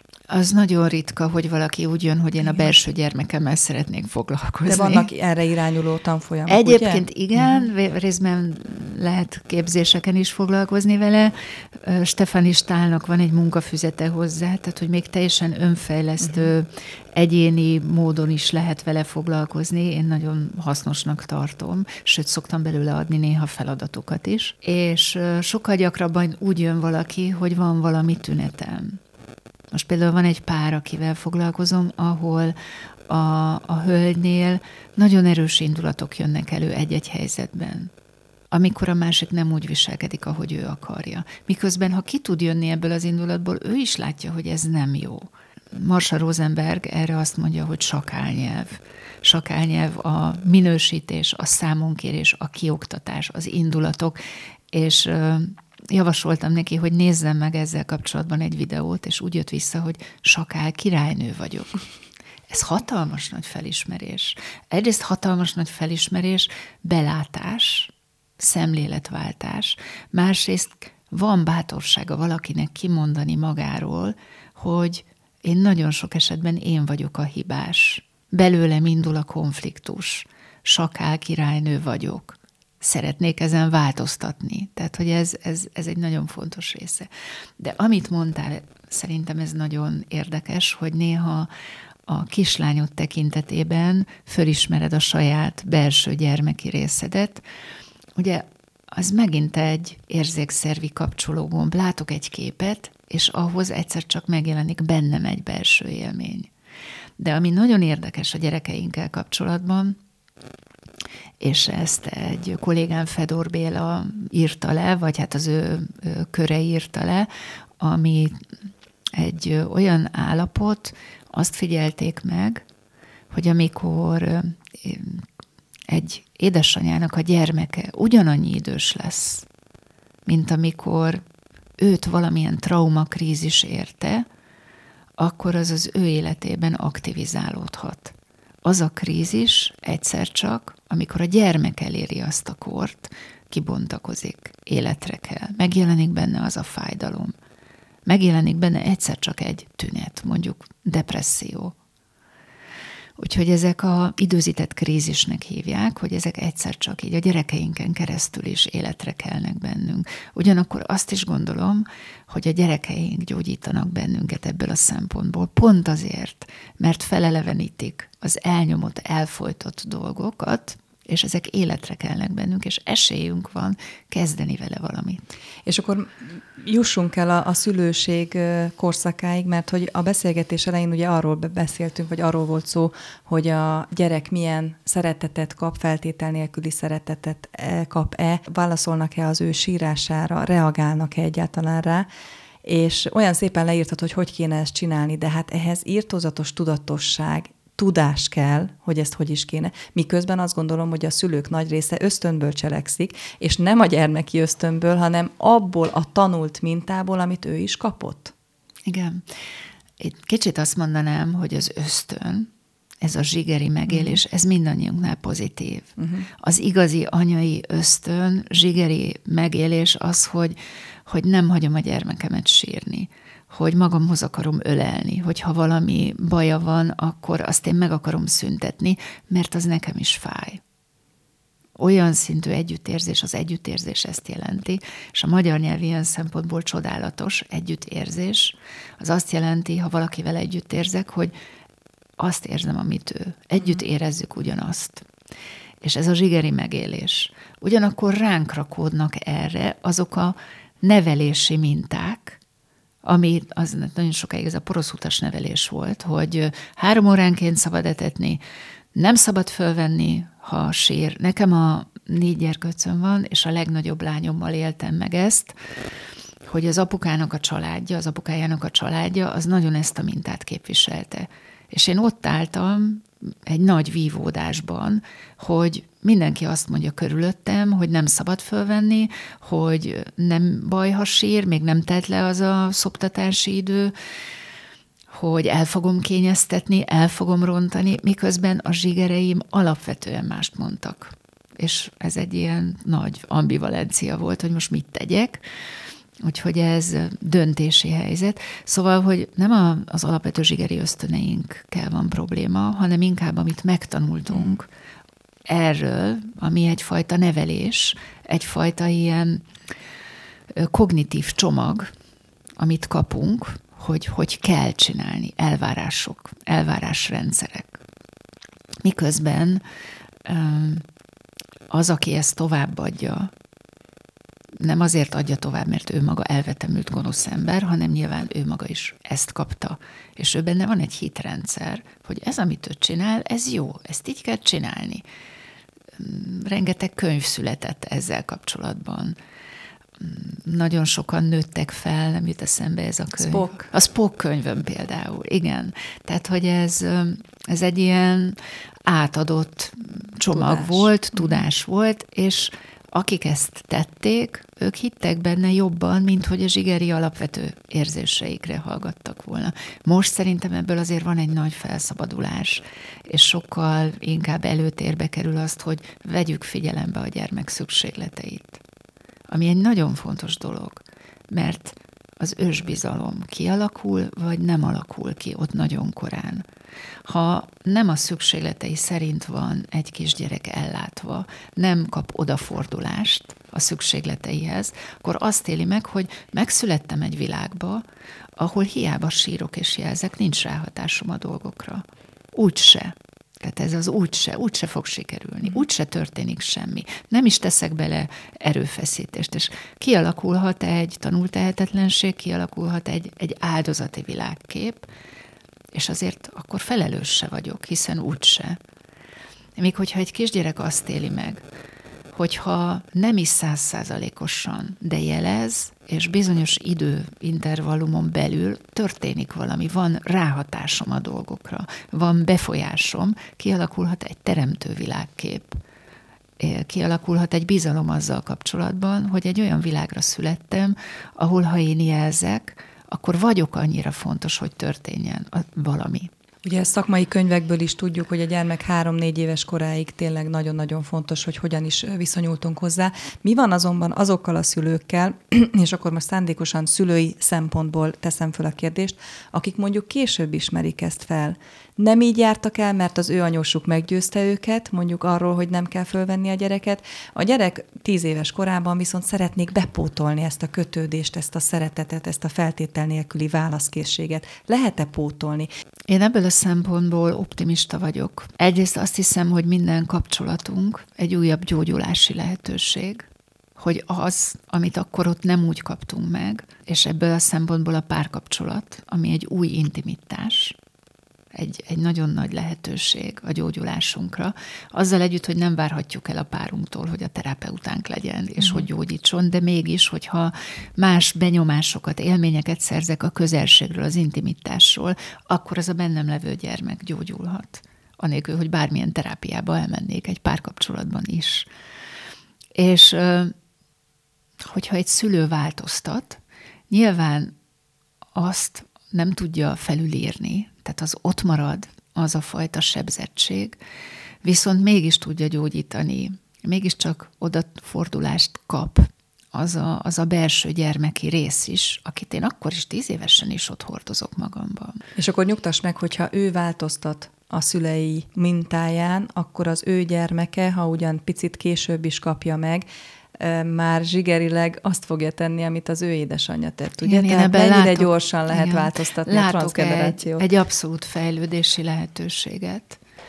Az nagyon ritka, hogy valaki úgy jön, hogy én a belső gyermekemmel szeretnék foglalkozni. De vannak erre irányuló tanfolyamok, Egyébként ugye? igen, uh-huh. részben lehet képzéseken is foglalkozni vele. Stefani Stahlnak van egy munkafüzete hozzá, tehát hogy még teljesen önfejlesztő, uh-huh. egyéni módon is lehet vele foglalkozni. Én nagyon hasznosnak tartom, sőt, szoktam belőle adni néha feladatokat is. És sokkal gyakrabban úgy jön valaki, hogy van valami tünetem. Most például van egy pár, akivel foglalkozom, ahol a, a hölgynél nagyon erős indulatok jönnek elő egy-egy helyzetben, amikor a másik nem úgy viselkedik, ahogy ő akarja. Miközben, ha ki tud jönni ebből az indulatból, ő is látja, hogy ez nem jó. Marsha Rosenberg erre azt mondja, hogy sakálnyelv. Sakálnyelv a minősítés, a számonkérés, a kioktatás, az indulatok, és javasoltam neki, hogy nézzem meg ezzel kapcsolatban egy videót, és úgy jött vissza, hogy sakál királynő vagyok. Ez hatalmas nagy felismerés. Egyrészt hatalmas nagy felismerés, belátás, szemléletváltás. Másrészt van bátorsága valakinek kimondani magáról, hogy én nagyon sok esetben én vagyok a hibás. Belőlem indul a konfliktus. Sakál királynő vagyok. Szeretnék ezen változtatni. Tehát, hogy ez, ez, ez egy nagyon fontos része. De amit mondtál, szerintem ez nagyon érdekes, hogy néha a kislányod tekintetében fölismered a saját belső gyermeki részedet. Ugye az megint egy érzékszervi kapcsológomb. Látok egy képet, és ahhoz egyszer csak megjelenik bennem egy belső élmény. De ami nagyon érdekes a gyerekeinkkel kapcsolatban, és ezt egy kollégám, Fedor Béla írta le, vagy hát az ő, ő köre írta le, ami egy olyan állapot, azt figyelték meg, hogy amikor egy édesanyának a gyermeke ugyanannyi idős lesz, mint amikor őt valamilyen traumakrízis érte, akkor az az ő életében aktivizálódhat. Az a krízis egyszer csak, amikor a gyermek eléri azt a kort, kibontakozik, életre kell. Megjelenik benne az a fájdalom. Megjelenik benne egyszer csak egy tünet, mondjuk depresszió. Úgyhogy ezek a időzített krízisnek hívják, hogy ezek egyszer csak így a gyerekeinken keresztül is életre kelnek bennünk. Ugyanakkor azt is gondolom, hogy a gyerekeink gyógyítanak bennünket ebből a szempontból, pont azért, mert felelevenítik az elnyomott, elfojtott dolgokat, és ezek életre kelnek bennünk, és esélyünk van kezdeni vele valamit. És akkor jussunk el a, a szülőség korszakáig, mert hogy a beszélgetés elején ugye arról beszéltünk, vagy arról volt szó, hogy a gyerek milyen szeretetet kap, feltétel nélküli szeretetet kap-e, válaszolnak-e az ő sírására, reagálnak-e egyáltalán rá, és olyan szépen leírtad, hogy hogy kéne ezt csinálni, de hát ehhez irtózatos tudatosság, tudás kell, hogy ezt hogy is kéne. Miközben azt gondolom, hogy a szülők nagy része ösztönből cselekszik, és nem a gyermeki ösztönből, hanem abból a tanult mintából, amit ő is kapott. Igen. Itt kicsit azt mondanám, hogy az ösztön, ez a zsigeri megélés, uh-huh. ez mindannyiunknál pozitív. Uh-huh. Az igazi anyai ösztön, zsigeri megélés az, hogy, hogy nem hagyom a gyermekemet sírni, hogy magamhoz akarom ölelni, hogy ha valami baja van, akkor azt én meg akarom szüntetni, mert az nekem is fáj. Olyan szintű együttérzés, az együttérzés ezt jelenti, és a magyar nyelv ilyen szempontból csodálatos, együttérzés, az azt jelenti, ha valakivel együtt érzek, hogy azt érzem, amit ő. Együtt érezzük ugyanazt. és ez a zsigeri megélés. Ugyanakkor ránk rakódnak erre azok a nevelési minták, ami az nagyon sokáig ez a poroszutas nevelés volt, hogy három óránként szabad etetni, nem szabad fölvenni, ha sír. Nekem a négy gyerkőcöm van, és a legnagyobb lányommal éltem meg ezt, hogy az apukának a családja, az apukájának a családja, az nagyon ezt a mintát képviselte. És én ott álltam egy nagy vívódásban, hogy mindenki azt mondja körülöttem, hogy nem szabad fölvenni, hogy nem baj, ha sír, még nem telt le az a szoptatási idő, hogy el fogom kényeztetni, el fogom rontani, miközben a zsigereim alapvetően mást mondtak. És ez egy ilyen nagy ambivalencia volt, hogy most mit tegyek. Úgyhogy ez döntési helyzet. Szóval, hogy nem a, az alapvető zsigeri ösztöneinkkel van probléma, hanem inkább, amit megtanultunk erről, ami egyfajta nevelés, egyfajta ilyen kognitív csomag, amit kapunk, hogy hogy kell csinálni, elvárások, elvárásrendszerek. Miközben az, aki ezt továbbadja, nem azért adja tovább, mert ő maga elvetemült gonosz ember, hanem nyilván ő maga is ezt kapta. És ő benne van egy hitrendszer, hogy ez, amit ő csinál, ez jó, ezt így kell csinálni. Rengeteg könyv született ezzel kapcsolatban. Nagyon sokan nőttek fel, nem jut eszembe ez a könyv. Spock. A Spock könyvön például, igen. Tehát, hogy ez, ez egy ilyen átadott csomag tudás. volt, tudás volt, és akik ezt tették, ők hittek benne jobban, mint hogy a zsigeri alapvető érzéseikre hallgattak volna. Most szerintem ebből azért van egy nagy felszabadulás, és sokkal inkább előtérbe kerül azt, hogy vegyük figyelembe a gyermek szükségleteit. Ami egy nagyon fontos dolog, mert az ősbizalom kialakul, vagy nem alakul ki ott nagyon korán. Ha nem a szükségletei szerint van egy kisgyerek ellátva, nem kap odafordulást a szükségleteihez, akkor azt éli meg, hogy megszülettem egy világba, ahol hiába sírok és jelzek, nincs ráhatásom a dolgokra. Úgyse. Tehát ez az úgyse, úgyse fog sikerülni, úgyse történik semmi. Nem is teszek bele erőfeszítést, és kialakulhat egy tanultehetetlenség, kialakulhat egy, egy áldozati világkép, és azért akkor felelős se vagyok, hiszen úgyse. Még hogyha egy kisgyerek azt éli meg, hogyha nem is százszázalékosan, de jelez, és bizonyos időintervallumon belül történik valami, van ráhatásom a dolgokra, van befolyásom, kialakulhat egy teremtő világkép, kialakulhat egy bizalom azzal kapcsolatban, hogy egy olyan világra születtem, ahol ha én jelzek, akkor vagyok annyira fontos, hogy történjen valami. Ugye szakmai könyvekből is tudjuk, hogy a gyermek három-négy éves koráig tényleg nagyon-nagyon fontos, hogy hogyan is viszonyultunk hozzá. Mi van azonban azokkal a szülőkkel, és akkor most szándékosan szülői szempontból teszem fel a kérdést, akik mondjuk később ismerik ezt fel. Nem így jártak el, mert az ő anyósuk meggyőzte őket, mondjuk arról, hogy nem kell fölvenni a gyereket. A gyerek tíz éves korában viszont szeretnék bepótolni ezt a kötődést, ezt a szeretetet, ezt a feltétel nélküli válaszkészséget. Lehet-e pótolni? Én ebből a szempontból optimista vagyok. Egyrészt azt hiszem, hogy minden kapcsolatunk egy újabb gyógyulási lehetőség, hogy az, amit akkor ott nem úgy kaptunk meg, és ebből a szempontból a párkapcsolat, ami egy új intimitás, Egy, egy nagyon nagy lehetőség a gyógyulásunkra. Azzal együtt, hogy nem várhatjuk el a párunktól, hogy a terapeutánk legyen, és uh-huh. hogy gyógyítson, de mégis, hogyha más benyomásokat, élményeket szerzek a közelségről, az intimitásról, akkor az a bennem levő gyermek gyógyulhat. Anélkül, hogy bármilyen terápiába elmennék, egy párkapcsolatban is. És hogyha egy szülő változtat, nyilván azt nem tudja felülírni, tehát az ott marad az a fajta sebzettség, viszont mégis tudja gyógyítani, mégiscsak odafordulást kap az a, az a belső gyermeki rész is, akit én akkor is tíz évesen is ott hordozok magamban. És akkor nyugtass meg, hogyha ő változtat a szülei mintáján, akkor az ő gyermeke, ha ugyan picit később is kapja meg, már zsigerileg azt fogja tenni, amit az ő édesanyja tett. Ugye? Igen, Tehát mennyire látok, gyorsan lehet igen, változtatni látok a transzgenerációt. Egy, egy abszolút fejlődési lehetőséget.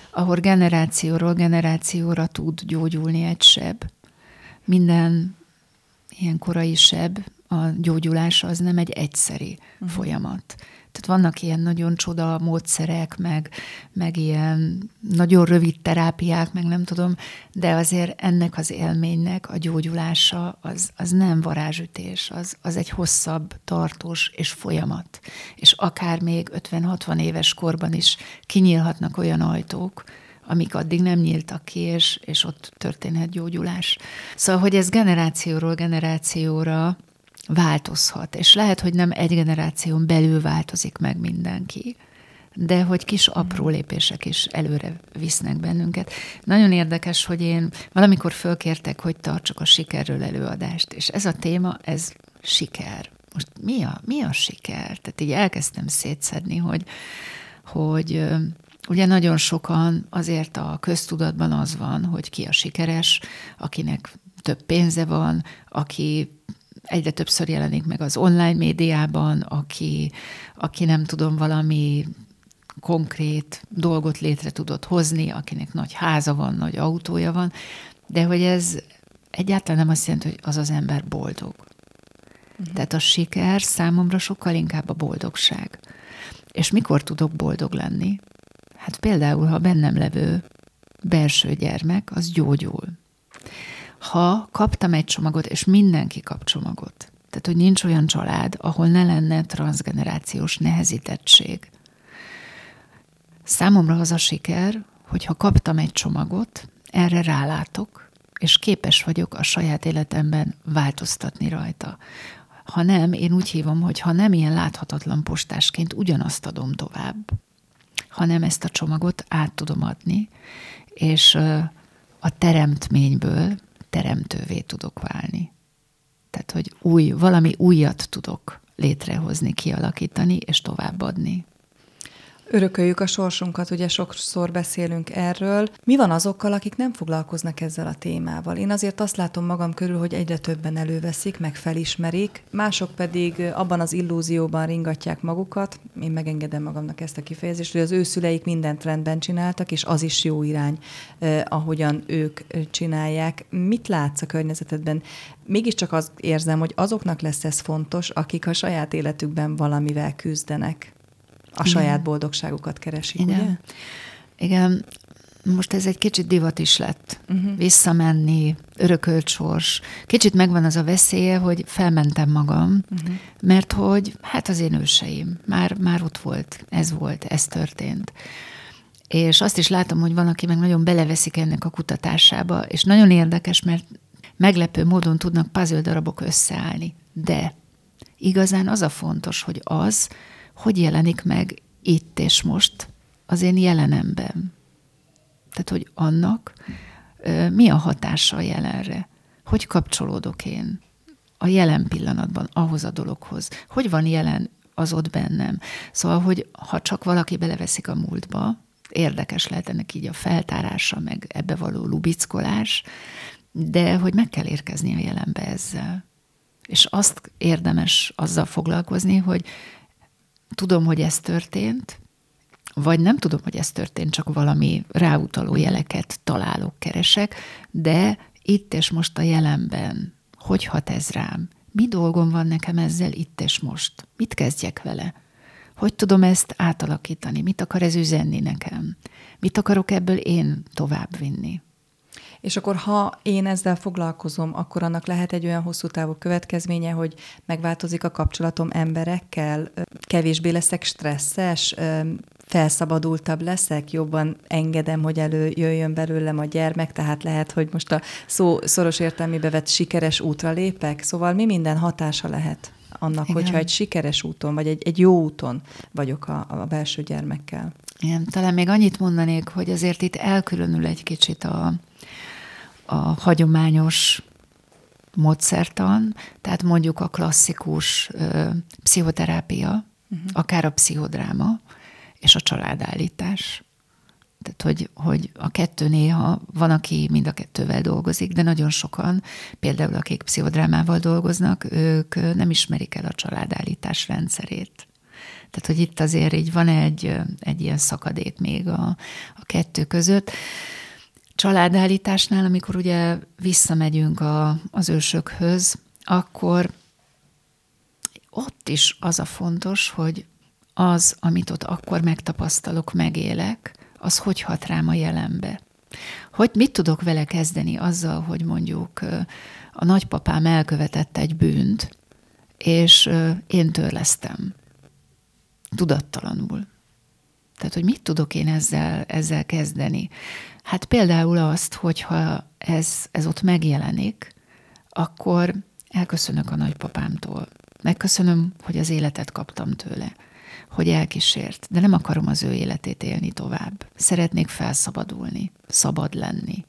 ahol generációról generációra tud gyógyulni egy seb. Minden ilyen korai seb, a gyógyulás az nem egy egyszeri uh-huh. folyamat. Tehát vannak ilyen nagyon csoda módszerek, meg, meg ilyen nagyon rövid terápiák, meg nem tudom, de azért ennek az élménynek a gyógyulása az, az nem varázsütés, az, az egy hosszabb, tartós és folyamat. És akár még ötven-hatvan éves korban is kinyílhatnak olyan ajtók, amik addig nem nyíltak ki, és, és ott történhet gyógyulás. Szóval, hogy ez generációról generációra változhat, és lehet, hogy nem egy generáción belül változik meg mindenki, de hogy kis apró lépések is előre visznek bennünket. Nagyon érdekes, hogy én valamikor fölkértek, hogy tartsak a sikerről előadást, és ez a téma, ez siker. Most mi a, mi a siker? Tehát így elkezdtem szétszedni, hogy, hogy ugye nagyon sokan azért a köztudatban az van, hogy ki a sikeres, akinek több pénze van, aki egyre többször jelenik meg az online médiában, aki, aki nem tudom, valami konkrét dolgot létre tudott hozni, akinek nagy háza van, nagy autója van, de hogy ez egyáltalán nem azt jelenti, hogy az az ember boldog. Uh-huh. Tehát a siker számomra sokkal inkább a boldogság. És mikor tudok boldog lenni? Hát például, ha bennem levő belső gyermek, az gyógyul. Ha kaptam egy csomagot, és mindenki kap csomagot, tehát, hogy nincs olyan család, ahol ne lenne transzgenerációs nehezítettség. Számomra az a siker, hogyha kaptam egy csomagot, erre rálátok, és képes vagyok a saját életemben változtatni rajta. Ha nem, én úgy hívom, hogy ha nem ilyen láthatatlan postásként ugyanazt adom tovább, hanem ezt a csomagot át tudom adni, és a teremtményből teremtővé tudok válni. Tehát, hogy új, valami újat tudok létrehozni, kialakítani, és továbbadni. Örököljük a sorsunkat, ugye sokszor beszélünk erről. Mi van azokkal, akik nem foglalkoznak ezzel a témával? Én azért azt látom magam körül, hogy egyre többen előveszik, meg felismerik, mások pedig abban az illúzióban ringatják magukat, én megengedem magamnak ezt a kifejezést, hogy az ő szüleik mindent rendben csináltak, és az is jó irány, eh, ahogyan ők csinálják. Mit látsz a környezetedben? Mégiscsak azt érzem, hogy azoknak lesz ez fontos, akik a saját életükben valamivel küzdenek. A Igen. saját boldogságukat keresik, Igen. ugye? Igen. Most ez egy kicsit divat is lett. Uh-huh. Visszamenni, örökölt sors. Kicsit megvan az a veszélye, hogy felmentem magam, uh-huh. mert hogy hát az én őseim. Már, már ott volt, ez volt, ez történt. És azt is látom, hogy van, aki meg nagyon beleveszik ennek a kutatásába, és nagyon érdekes, mert meglepő módon tudnak puzzle darabok összeállni. De igazán az a fontos, hogy az, hogy jelenik meg itt és most az én jelenemben. Tehát, hogy annak mi a hatása a jelenre? Hogy kapcsolódok én a jelen pillanatban ahhoz a dologhoz? Hogy van jelen az ott bennem? Szóval, hogy ha csak valaki beleveszik a múltba, érdekes lehet ennek így a feltárása, meg ebbe való lubickolás, de hogy meg kell érkezni a jelenbe ezzel. És azt érdemes azzal foglalkozni, hogy tudom, hogy ez történt, vagy nem tudom, hogy ez történt, csak valami ráutaló jeleket találok, keresek, de itt és most a jelenben, hogy hat ez rám? Mi dolgom van nekem ezzel itt és most? Mit kezdjek vele? Hogy tudom ezt átalakítani? Mit akar ez üzenni nekem? Mit akarok ebből én továbbvinni? És akkor, ha én ezzel foglalkozom, akkor annak lehet egy olyan hosszú távú következménye, hogy megváltozik a kapcsolatom emberekkel, kevésbé leszek stresszes, felszabadultabb leszek, jobban engedem, hogy előjöjjön belőlem a gyermek, tehát lehet, hogy most a szó szoros értelmébe vett sikeres útra lépek. Szóval mi minden hatása lehet annak, igen, hogyha egy sikeres úton, vagy egy, egy jó úton vagyok a, a belső gyermekkel. Igen, talán még annyit mondanék, hogy azért itt elkülönül egy kicsit a a hagyományos módszertan, tehát mondjuk a klasszikus ö, pszichoterápia, uh-huh. akár a pszichodráma, és a családállítás. Tehát, hogy, hogy a kettő néha, van, aki mind a kettővel dolgozik, de nagyon sokan, például akik pszichodrámával dolgoznak, ők nem ismerik el a családállítás rendszerét. Tehát, hogy itt azért így van egy, egy ilyen szakadék még a, a kettő között. Családállításnál, amikor ugye visszamegyünk a, az ősökhöz, akkor ott is az a fontos, hogy az, amit ott akkor megtapasztalok, megélek, az hogy hat rám a jelenbe. Hogy mit tudok vele kezdeni azzal, hogy mondjuk a nagypapám elkövetett egy bűnt, és én törlesztem. Tudattalanul. Tehát, hogy mit tudok én ezzel, ezzel kezdeni? Hát például azt, hogyha ez, ez ott megjelenik, akkor elköszönök a nagypapámtól. Megköszönöm, hogy az életet kaptam tőle, hogy elkísért, de nem akarom az ő életét élni tovább. Szeretnék felszabadulni, szabad lenni.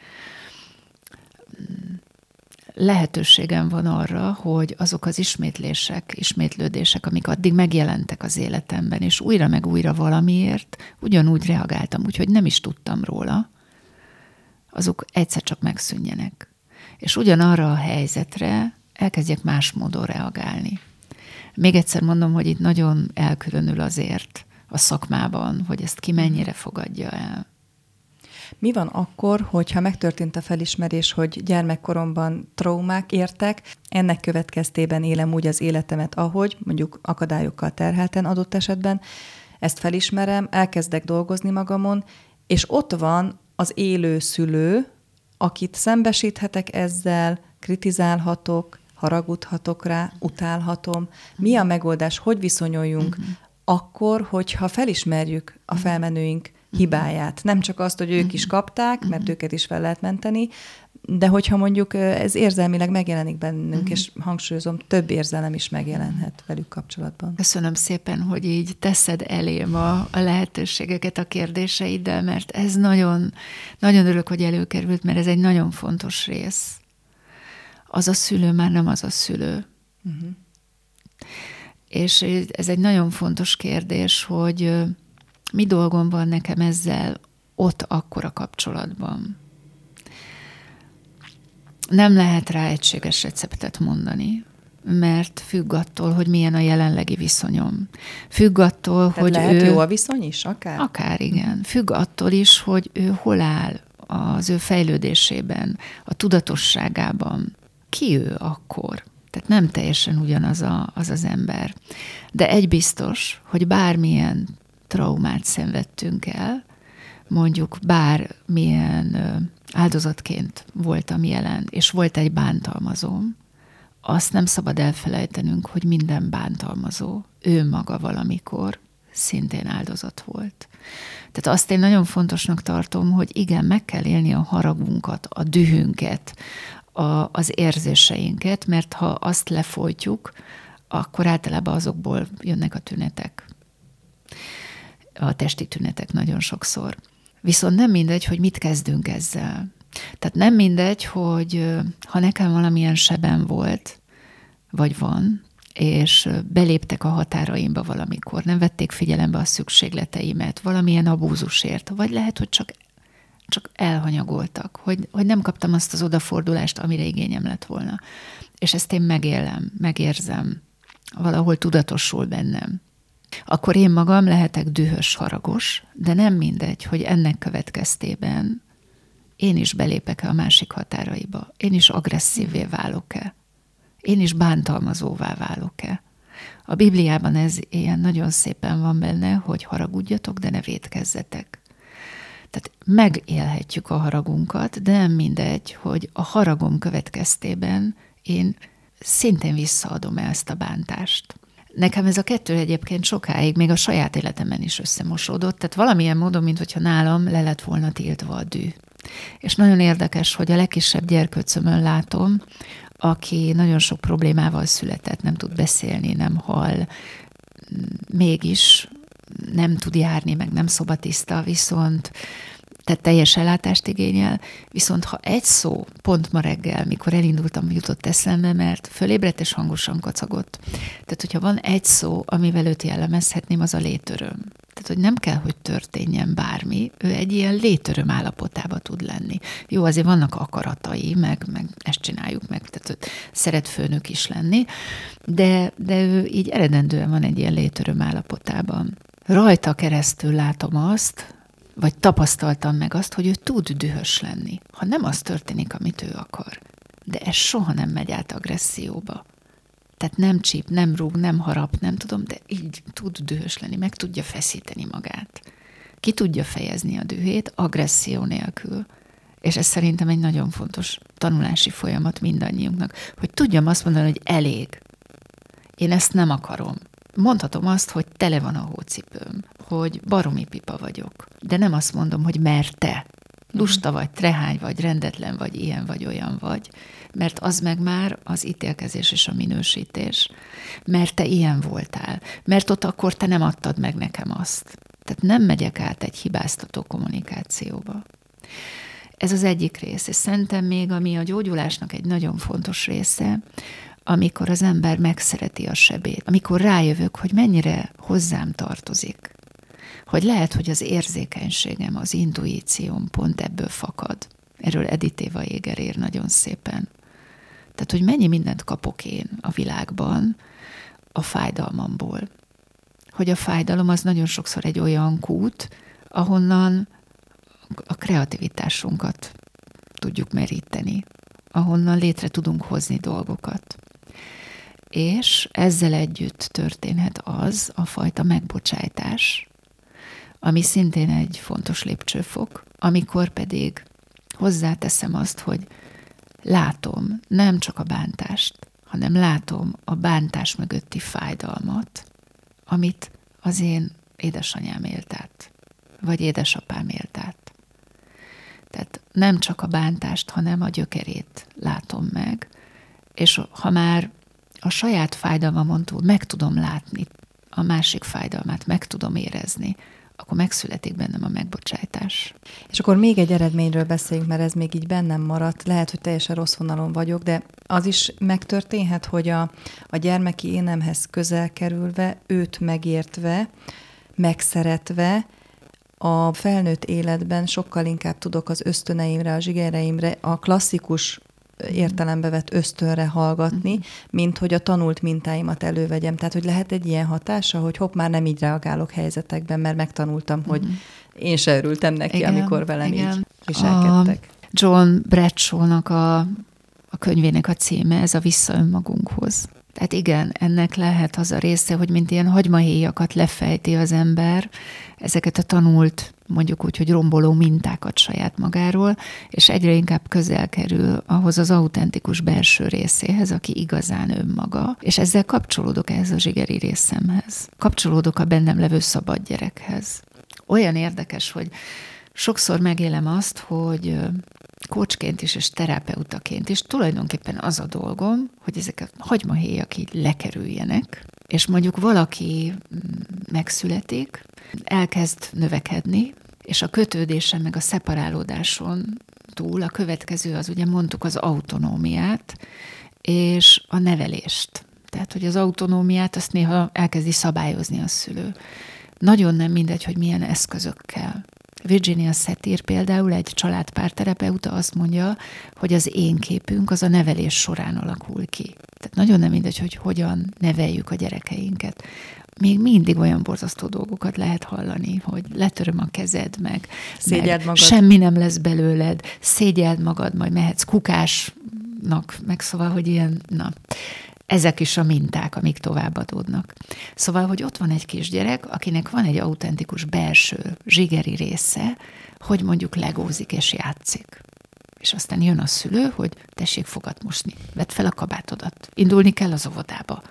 Lehetőségem van arra, hogy azok az ismétlések, ismétlődések, amik addig megjelentek az életemben, és újra meg újra valamiért ugyanúgy reagáltam, úgyhogy nem is tudtam róla, azok egyszer csak megszűnjenek. És ugyanarra a helyzetre elkezdjek más módon reagálni. Még egyszer mondom, hogy itt nagyon elkülönül azért a szakmában, hogy ezt ki mennyire fogadja el. Mi van akkor, hogyha megtörtént a felismerés, hogy gyermekkoromban traumák értek, ennek következtében élem úgy az életemet, ahogy, mondjuk akadályokkal terhelten adott esetben, ezt felismerem, elkezdek dolgozni magamon, és ott van az élő szülő, akit szembesíthetek ezzel, kritizálhatok, haragudhatok rá, utálhatom. Mi a megoldás? Hogy viszonyuljunk uh-huh. akkor, hogyha felismerjük a felmenőink hibáját? Nem csak azt, hogy ők is kapták, mert őket is fel lehet menteni, de hogyha mondjuk ez érzelmileg megjelenik bennünk, uh-huh. és hangsúlyozom, több érzelem is megjelenhet velük kapcsolatban. Köszönöm szépen, hogy így teszed elém a, a lehetőségeket a kérdéseiddel, mert ez nagyon, nagyon örülök, hogy előkerült, mert ez egy nagyon fontos rész. Az a szülő már nem az a szülő. Uh-huh. És ez egy nagyon fontos kérdés, hogy mi dolgom van nekem ezzel ott akkor a kapcsolatban. Nem lehet rá egységes receptet mondani, mert függ attól, hogy milyen a jelenlegi viszonyom. Függ attól, Tehát hogy lehet ő... jó a viszony is, akár? Akár, igen. Függ attól is, hogy ő hol áll az ő fejlődésében, a tudatosságában. Ki ő akkor? Tehát nem teljesen ugyanaz a, az az ember. De egy biztos, hogy bármilyen traumát szenvedtünk el, mondjuk bármilyen áldozatként voltam jelen, és volt egy bántalmazóm, azt nem szabad elfelejtenünk, hogy minden bántalmazó, ő maga valamikor szintén áldozat volt. Tehát azt én nagyon fontosnak tartom, hogy igen, meg kell élni a haragunkat, a dühünket, a, az érzéseinket, mert ha azt lefolytjuk, akkor általában azokból jönnek a tünetek. A testi tünetek nagyon sokszor. Viszont nem mindegy, hogy mit kezdünk ezzel. Tehát nem mindegy, hogy ha nekem valamilyen sebem volt, vagy van, és beléptek a határaimba valamikor, nem vették figyelembe a szükségleteimet, valamilyen abúzusért, vagy lehet, hogy csak, csak elhanyagoltak, hogy, hogy nem kaptam azt az odafordulást, amire igényem lett volna. És ezt én megélem, megérzem, valahol tudatosul bennem. Akkor én magam lehetek dühös, haragos, de nem mindegy, hogy ennek következtében én is belépek-e a másik határaiba, én is agresszívvé válok-e, én is bántalmazóvá válok-e. A Bibliában ez ilyen nagyon szépen van benne, hogy haragudjatok, de ne vétkezzetek. Tehát megélhetjük a haragunkat, de nem mindegy, hogy a haragom következtében én szintén visszaadom el ezt a bántást. Nekem ez a kettő egyébként sokáig, még a saját életemben is összemosódott, tehát valamilyen módon, mintha nálam le lett volna tiltva a dű. És nagyon érdekes, hogy a legkisebb gyerkőcömön látom, aki nagyon sok problémával született, nem tud beszélni, nem hall, mégis nem tud járni, meg nem szobatiszta, viszont tehát teljes ellátást igényel, viszont ha egy szó, pont ma reggel, mikor elindultam, jutott eszembe, mert fölébredt és hangosan kacagott. Tehát, hogyha van egy szó, amivel őt jellemezhetném, az a létöröm. Tehát, hogy nem kell, hogy történjen bármi, ő egy ilyen létöröm állapotába tud lenni. Jó, azért vannak akaratai, meg, meg ezt csináljuk meg, tehát szeret főnök is lenni, de, de ő így eredendően van egy ilyen létöröm állapotában. Rajta keresztül látom azt, vagy tapasztaltam meg azt, hogy ő tud dühös lenni, ha nem az történik, amit ő akar. De ez soha nem megy át agresszióba. Tehát nem csíp, nem rúg, nem harap, nem tudom, de így tud dühös lenni, meg tudja feszíteni magát. Ki tudja fejezni a dühét agresszió nélkül. És ez szerintem egy nagyon fontos tanulási folyamat mindannyiunknak, hogy tudjam azt mondani, hogy elég. Én ezt nem akarom. Mondhatom azt, hogy tele van a hócipőm, hogy baromi pipa vagyok, de nem azt mondom, hogy mert te. Lusta vagy, trehány vagy, rendetlen vagy, ilyen vagy, olyan vagy. Mert az meg már az ítélkezés és a minősítés. Mert te ilyen voltál. Mert ott akkor te nem adtad meg nekem azt. Tehát nem megyek át egy hibáztató kommunikációba. Ez az egyik rész. És szerintem még, ami a gyógyulásnak egy nagyon fontos része, amikor az ember megszereti a sebét, amikor rájövök, hogy mennyire hozzám tartozik, hogy lehet, hogy az érzékenységem, az intuícióm pont ebből fakad. Erről Edith Éva Jéger ír nagyon szépen. Tehát, hogy mennyi mindent kapok én a világban a fájdalmamból. Hogy a fájdalom az nagyon sokszor egy olyan kút, ahonnan a kreativitásunkat tudjuk meríteni, ahonnan létre tudunk hozni dolgokat. És ezzel együtt történhet az a fajta megbocsájtás, ami szintén egy fontos lépcsőfok, amikor pedig hozzáteszem azt, hogy látom nem csak a bántást, hanem látom a bántás mögötti fájdalmat, amit az én édesanyám élt át, vagy édesapám élt át. Tehát nem csak a bántást, hanem a gyökerét látom meg, és ha már a saját fájdalmamon túl meg tudom látni a másik fájdalmát, meg tudom érezni, akkor megszületik bennem a megbocsájtás. És akkor még egy eredményről beszéljünk, mert ez még így bennem maradt. Lehet, hogy teljesen rossz vonalon vagyok, de az is megtörténhet, hogy a, a gyermeki énemhez közel kerülve, őt megértve, megszeretve, a felnőtt életben sokkal inkább tudok az ösztöneimre, a zsigereimre, a klasszikus értelembe vett ösztönre hallgatni, uh-huh. mint hogy a tanult mintáimat elővegyem. Tehát, hogy lehet egy ilyen hatása, hogy hopp, már nem így reagálok helyzetekben, mert megtanultam, uh-huh. hogy én se örültem neki, igen, amikor velem igen. így viselkedtek. A John Bradshaw-nak a, a könyvének a címe, ez a Vissza önmagunkhoz. Tehát igen, ennek lehet az a része, hogy mint ilyen hagymahéjakat lefejti az ember, ezeket a tanult, mondjuk úgy, hogy romboló mintákat saját magáról, és egyre inkább közel kerül ahhoz az autentikus belső részéhez, aki igazán önmaga, és ezzel kapcsolódok ehhez a zsigeri részemhez. Kapcsolódok a bennem levő szabad gyerekhez. Olyan érdekes, hogy sokszor megélem azt, hogy coachként is, és terapeutaként is tulajdonképpen az a dolgom, hogy ezek a hagymahéjak így lekerüljenek, és mondjuk valaki megszületik, elkezd növekedni, és a kötődésen, meg a szeparálódáson túl a következő az, ugye mondtuk, az autonómiát, és a nevelést. Tehát, hogy az autonómiát azt néha elkezdi szabályozni a szülő. Nagyon nem mindegy, hogy milyen eszközökkel. Virginia Satir például, egy családpárterapeuta azt mondja, hogy az én képünk az a nevelés során alakul ki. Tehát nagyon nem mindegy, hogy hogyan neveljük a gyerekeinket. Még mindig olyan borzasztó dolgokat lehet hallani, hogy letöröm a kezed, meg, meg magad. Semmi nem lesz belőled, szégyeld magad, majd mehetsz kukásnak, meg szóval, hogy ilyen, na... Ezek is a minták, amik továbbadódnak. Szóval, hogy ott van egy kisgyerek, akinek van egy autentikus belső zsigeri része, hogy mondjuk legózik és játszik. És aztán jön a szülő, hogy tessék fogat mosni, vedd fel a kabátodat, indulni kell az óvodába.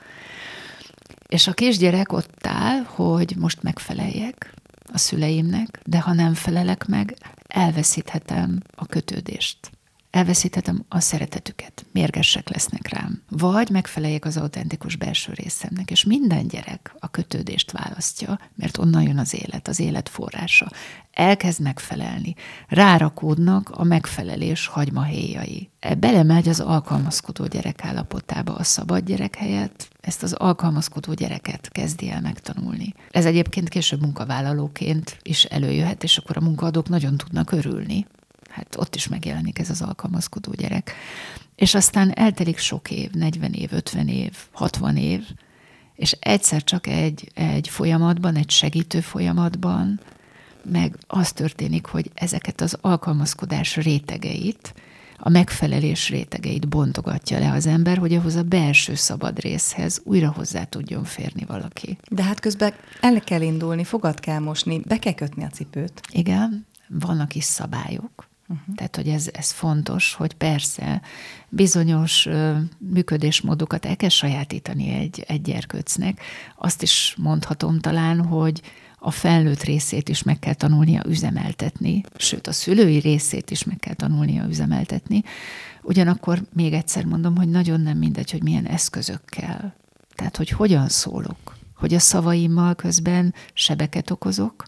És a kisgyerek ott áll, hogy most megfeleljek a szüleimnek, de ha nem felelek meg, elveszíthetem a kötődést. elveszíthetem a szeretetüket, mérgesek lesznek rám. Vagy megfeleljek az autentikus belső részemnek, és minden gyerek a kötődést választja, mert onnan jön az élet, az élet forrása. Elkezd megfelelni. Rárakódnak a megfelelés hagymahéjai. Belemegy az alkalmazkodó gyerek állapotába a szabad gyerek helyett, ezt az alkalmazkodó gyereket kezdi el megtanulni. Ez egyébként később munkavállalóként is előjöhet, és akkor a munkaadók nagyon tudnak örülni. Hát ott is megjelenik ez az alkalmazkodó gyerek. És aztán eltelik sok év, negyven év, ötven év, hatvan év, és egyszer csak egy, egy folyamatban, egy segítő folyamatban, meg az történik, hogy ezeket az alkalmazkodás rétegeit, a megfelelés rétegeit bontogatja le az ember, hogy ahhoz a belső szabad részhez újra hozzá tudjon férni valaki. De hát közben el kell indulni, fogat kell mosni, be kell kötni a cipőt. Igen, vannak is szabályok. Uh-huh. Tehát, hogy ez, ez fontos, hogy persze bizonyos uh, működésmódokat el kell sajátítani egy, egy gyerkőcnek. Azt is mondhatom talán, hogy a felnőtt részét is meg kell tanulnia üzemeltetni, sőt a szülői részét is meg kell tanulnia üzemeltetni. Ugyanakkor még egyszer mondom, hogy nagyon nem mindegy, hogy milyen eszközökkel. Tehát, hogy hogyan szólok, hogy a szavaimmal közben sebeket okozok,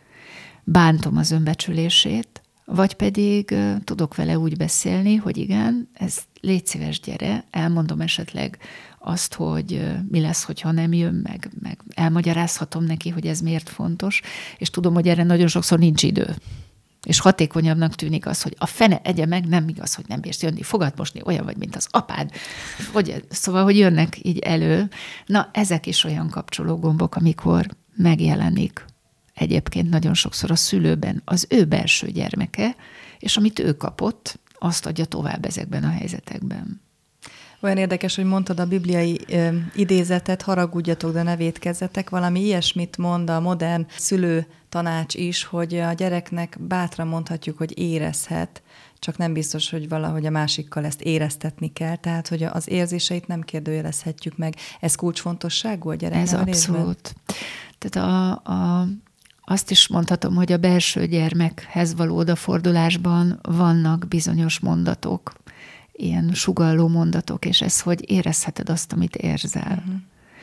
bántom az önbecsülését, vagy pedig uh, tudok vele úgy beszélni, hogy igen, ez légy szíves, gyere, elmondom esetleg azt, hogy uh, mi lesz, hogyha nem jön, meg, meg elmagyarázhatom neki, hogy ez miért fontos, és tudom, hogy erre nagyon sokszor nincs idő. És hatékonyabbnak tűnik az, hogy a fene egye meg, nem igaz, hogy nem bírsz jönni, fogad mosni, olyan vagy, mint az apád. Hogy, szóval, hogy jönnek így elő. Na, ezek is olyan kapcsológombok, amikor megjelenik egyébként nagyon sokszor a szülőben az ő belső gyermeke, és amit ő kapott, azt adja tovább ezekben a helyzetekben. Olyan érdekes, hogy mondtad a bibliai ö, idézetet, haragudjatok, de ne vétkezzetek. Valami ilyesmit mond a modern szülő tanács is, hogy a gyereknek bátran mondhatjuk, hogy érezhet, csak nem biztos, hogy valahogy a másikkal ezt éreztetni kell. Tehát, hogy az érzéseit nem kérdőjelezhetjük meg. Ez kulcsfontosságú a gyereknevelésben? Ez abszolút. Tehát a... a Azt is mondhatom, hogy a belső gyermekhez való odafordulásban vannak bizonyos mondatok, ilyen sugalló mondatok, és ez, hogy érezheted azt, amit érzel. Uh-huh.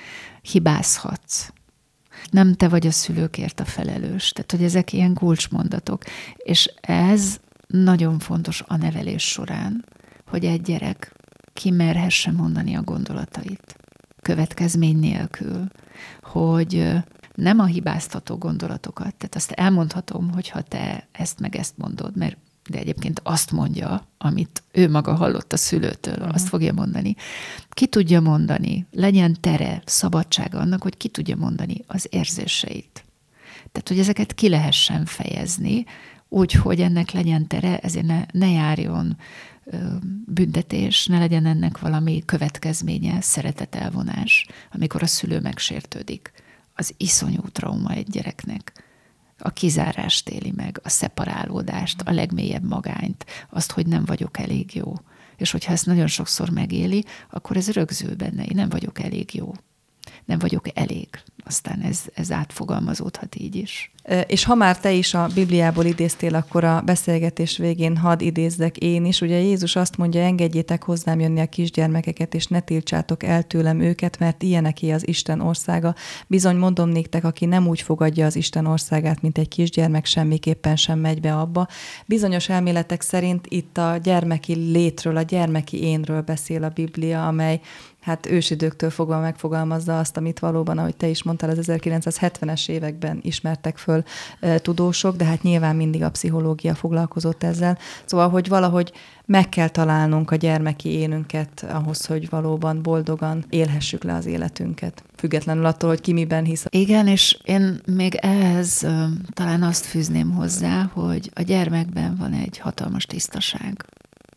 Hibázhatsz. Nem te vagy a szülőkért a felelős. Tehát, hogy ezek ilyen kulcsmondatok. És ez nagyon fontos a nevelés során, hogy egy gyerek kimerhesse mondani a gondolatait. Következmény nélkül. Hogy nem a hibáztató gondolatokat, tehát azt elmondhatom, hogyha te ezt meg ezt mondod, mert de egyébként azt mondja, amit ő maga hallott a szülőtől, uh-huh. azt fogja mondani. Ki tudja mondani, legyen tere, szabadsága annak, hogy ki tudja mondani az érzéseit. Tehát, hogy ezeket ki lehessen fejezni, úgy, hogy ennek legyen tere, ezért ne, ne járjon ö, büntetés, ne legyen ennek valami következménye, szeretetelvonás, amikor a szülő megsértődik. Az iszonyú trauma egy gyereknek. A kizárást éli meg, a szeparálódást, a legmélyebb magányt, azt, hogy nem vagyok elég jó. És hogyha ezt nagyon sokszor megéli, akkor ez rögzül benne, én nem vagyok elég jó. Nem vagyok elég. Aztán ez, ez átfogalmazódhat így is. És ha már te is a Bibliából idéztél, akkor a beszélgetés végén hadd idézzek én is. Ugye Jézus azt mondja, engedjétek hozzám jönni a kisgyermekeket, és ne tiltsátok el tőlem őket, mert ilyeneké az Isten országa. Bizony mondom néktek, aki nem úgy fogadja az Isten országát, mint egy kisgyermek, semmiképpen sem megy be abba. Bizonyos elméletek szerint itt a gyermeki létről, a gyermeki énről beszél a Biblia, amely hát ősidőktől fogva megfogalmazza azt, amit valóban, ahogy te is mondtál, az ezerkilencszázhetvenes években ismertek föl e, tudósok, de hát nyilván mindig a pszichológia foglalkozott ezzel. Szóval, hogy valahogy meg kell találnunk a gyermeki énünket ahhoz, hogy valóban boldogan élhessük le az életünket. Függetlenül attól, hogy ki miben hisz. Igen, és én még ehhez uh, talán azt fűzném hozzá, hogy a gyermekben van egy hatalmas tisztaság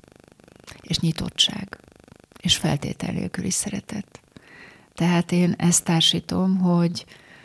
és nyitottság. És feltétel nélküli szeretet. Tehát én ezt társítom, hogy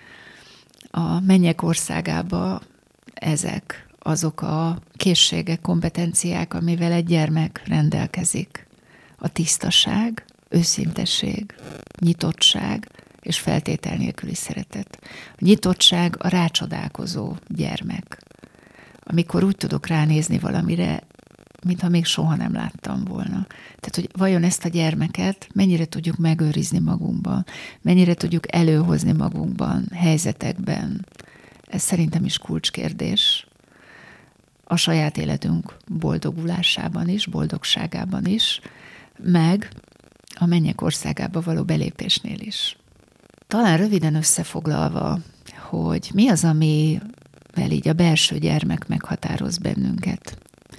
a mennyek országába ezek azok a készségek, kompetenciák, amivel egy gyermek rendelkezik. A tisztaság, őszintesség, nyitottság és feltétel nélküli szeretet. A nyitottság a rácsodálkozó gyermek. Amikor úgy tudok ránézni valamire, mintha még soha nem láttam volna. Tehát, hogy vajon ezt a gyermeket mennyire tudjuk megőrizni magunkban, mennyire tudjuk előhozni magunkban, helyzetekben. Ez szerintem is kulcskérdés. A saját életünk boldogulásában is, boldogságában is, meg a mennyek országába való belépésnél is. Talán röviden összefoglalva, hogy mi az, amivel így a belső gyermek meghatároz bennünket.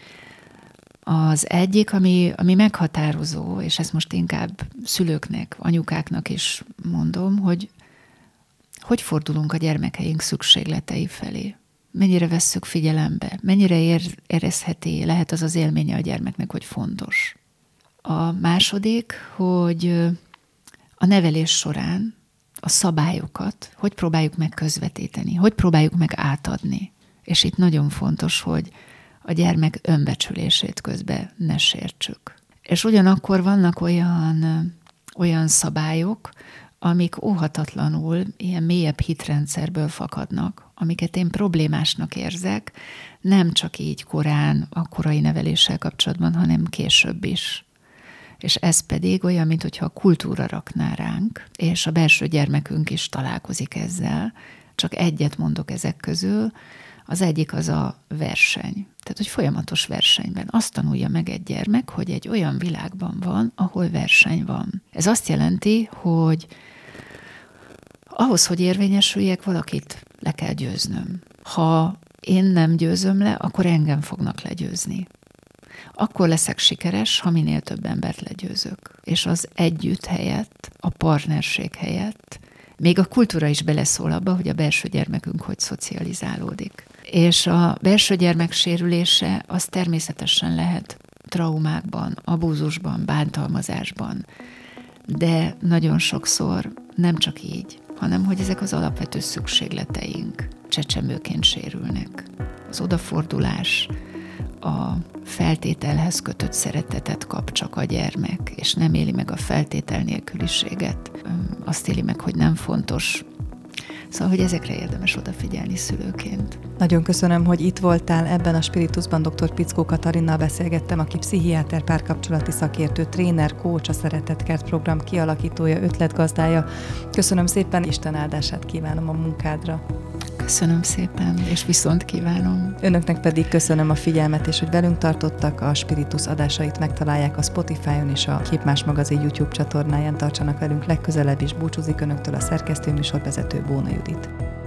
Az egyik, ami, ami meghatározó, és ezt most inkább szülőknek, anyukáknak is mondom, hogy hogy fordulunk a gyermekeink szükségletei felé. Mennyire vesszük figyelembe, mennyire ér, érezheti, lehet az az élménye a gyermeknek, hogy fontos. A második, hogy a nevelés során a szabályokat hogy próbáljuk meg közvetíteni, hogy próbáljuk meg átadni. És itt nagyon fontos, hogy a gyermek önbecsülését közben ne sértsük. És ugyanakkor vannak olyan, olyan szabályok, amik óhatatlanul ilyen mélyebb hitrendszerből fakadnak, amiket én problémásnak érzek, nem csak így korán, a korai neveléssel kapcsolatban, hanem később is. És ez pedig olyan, mintha a kultúra rakná ránk, és a belső gyermekünk is találkozik ezzel. Csak egyet mondok ezek közül, az egyik az a verseny. Tehát, hogy folyamatos versenyben. Azt tanulja meg egy gyermek, hogy egy olyan világban van, ahol verseny van. Ez azt jelenti, hogy ahhoz, hogy érvényesüljek, valakit le kell győznöm. Ha én nem győzöm le, akkor engem fognak legyőzni. Akkor leszek sikeres, ha minél több embert legyőzök. És az együtt helyett, a partnerség helyett, még a kultúra is beleszól abba, hogy a belső gyermekünk hogy szocializálódik. És a belső gyermek sérülése az természetesen lehet traumákban, abúzusban, bántalmazásban, de nagyon sokszor nem csak így, hanem hogy ezek az alapvető szükségleteink csecsemőként sérülnek. Az odafordulás, a feltételhez kötött szeretetet kap csak a gyermek, és nem éli meg a feltétel nélküliséget. Azt éli meg, hogy nem fontos. Szóval, hogy ezekre érdemes odafigyelni szülőként. Nagyon köszönöm, hogy itt voltál. Ebben a Spiritusban dr. Pickó Katarinnal beszélgettem, aki pszichiáter, párkapcsolati szakértő, tréner, coach, a Szeretetkert program kialakítója, ötletgazdája. Köszönöm szépen, Isten áldását kívánom a munkádra. Köszönöm szépen, és viszont kívánom. Önöknek pedig köszönöm a figyelmet, és hogy velünk tartottak. A Spiritus adásait megtalálják a Spotify-on és a Képmás magazin YouTube csatornáján. Tartsanak velünk legközelebb is. Búcsúzik önöktől a szerkesztő műsorvezető Bóna Judit.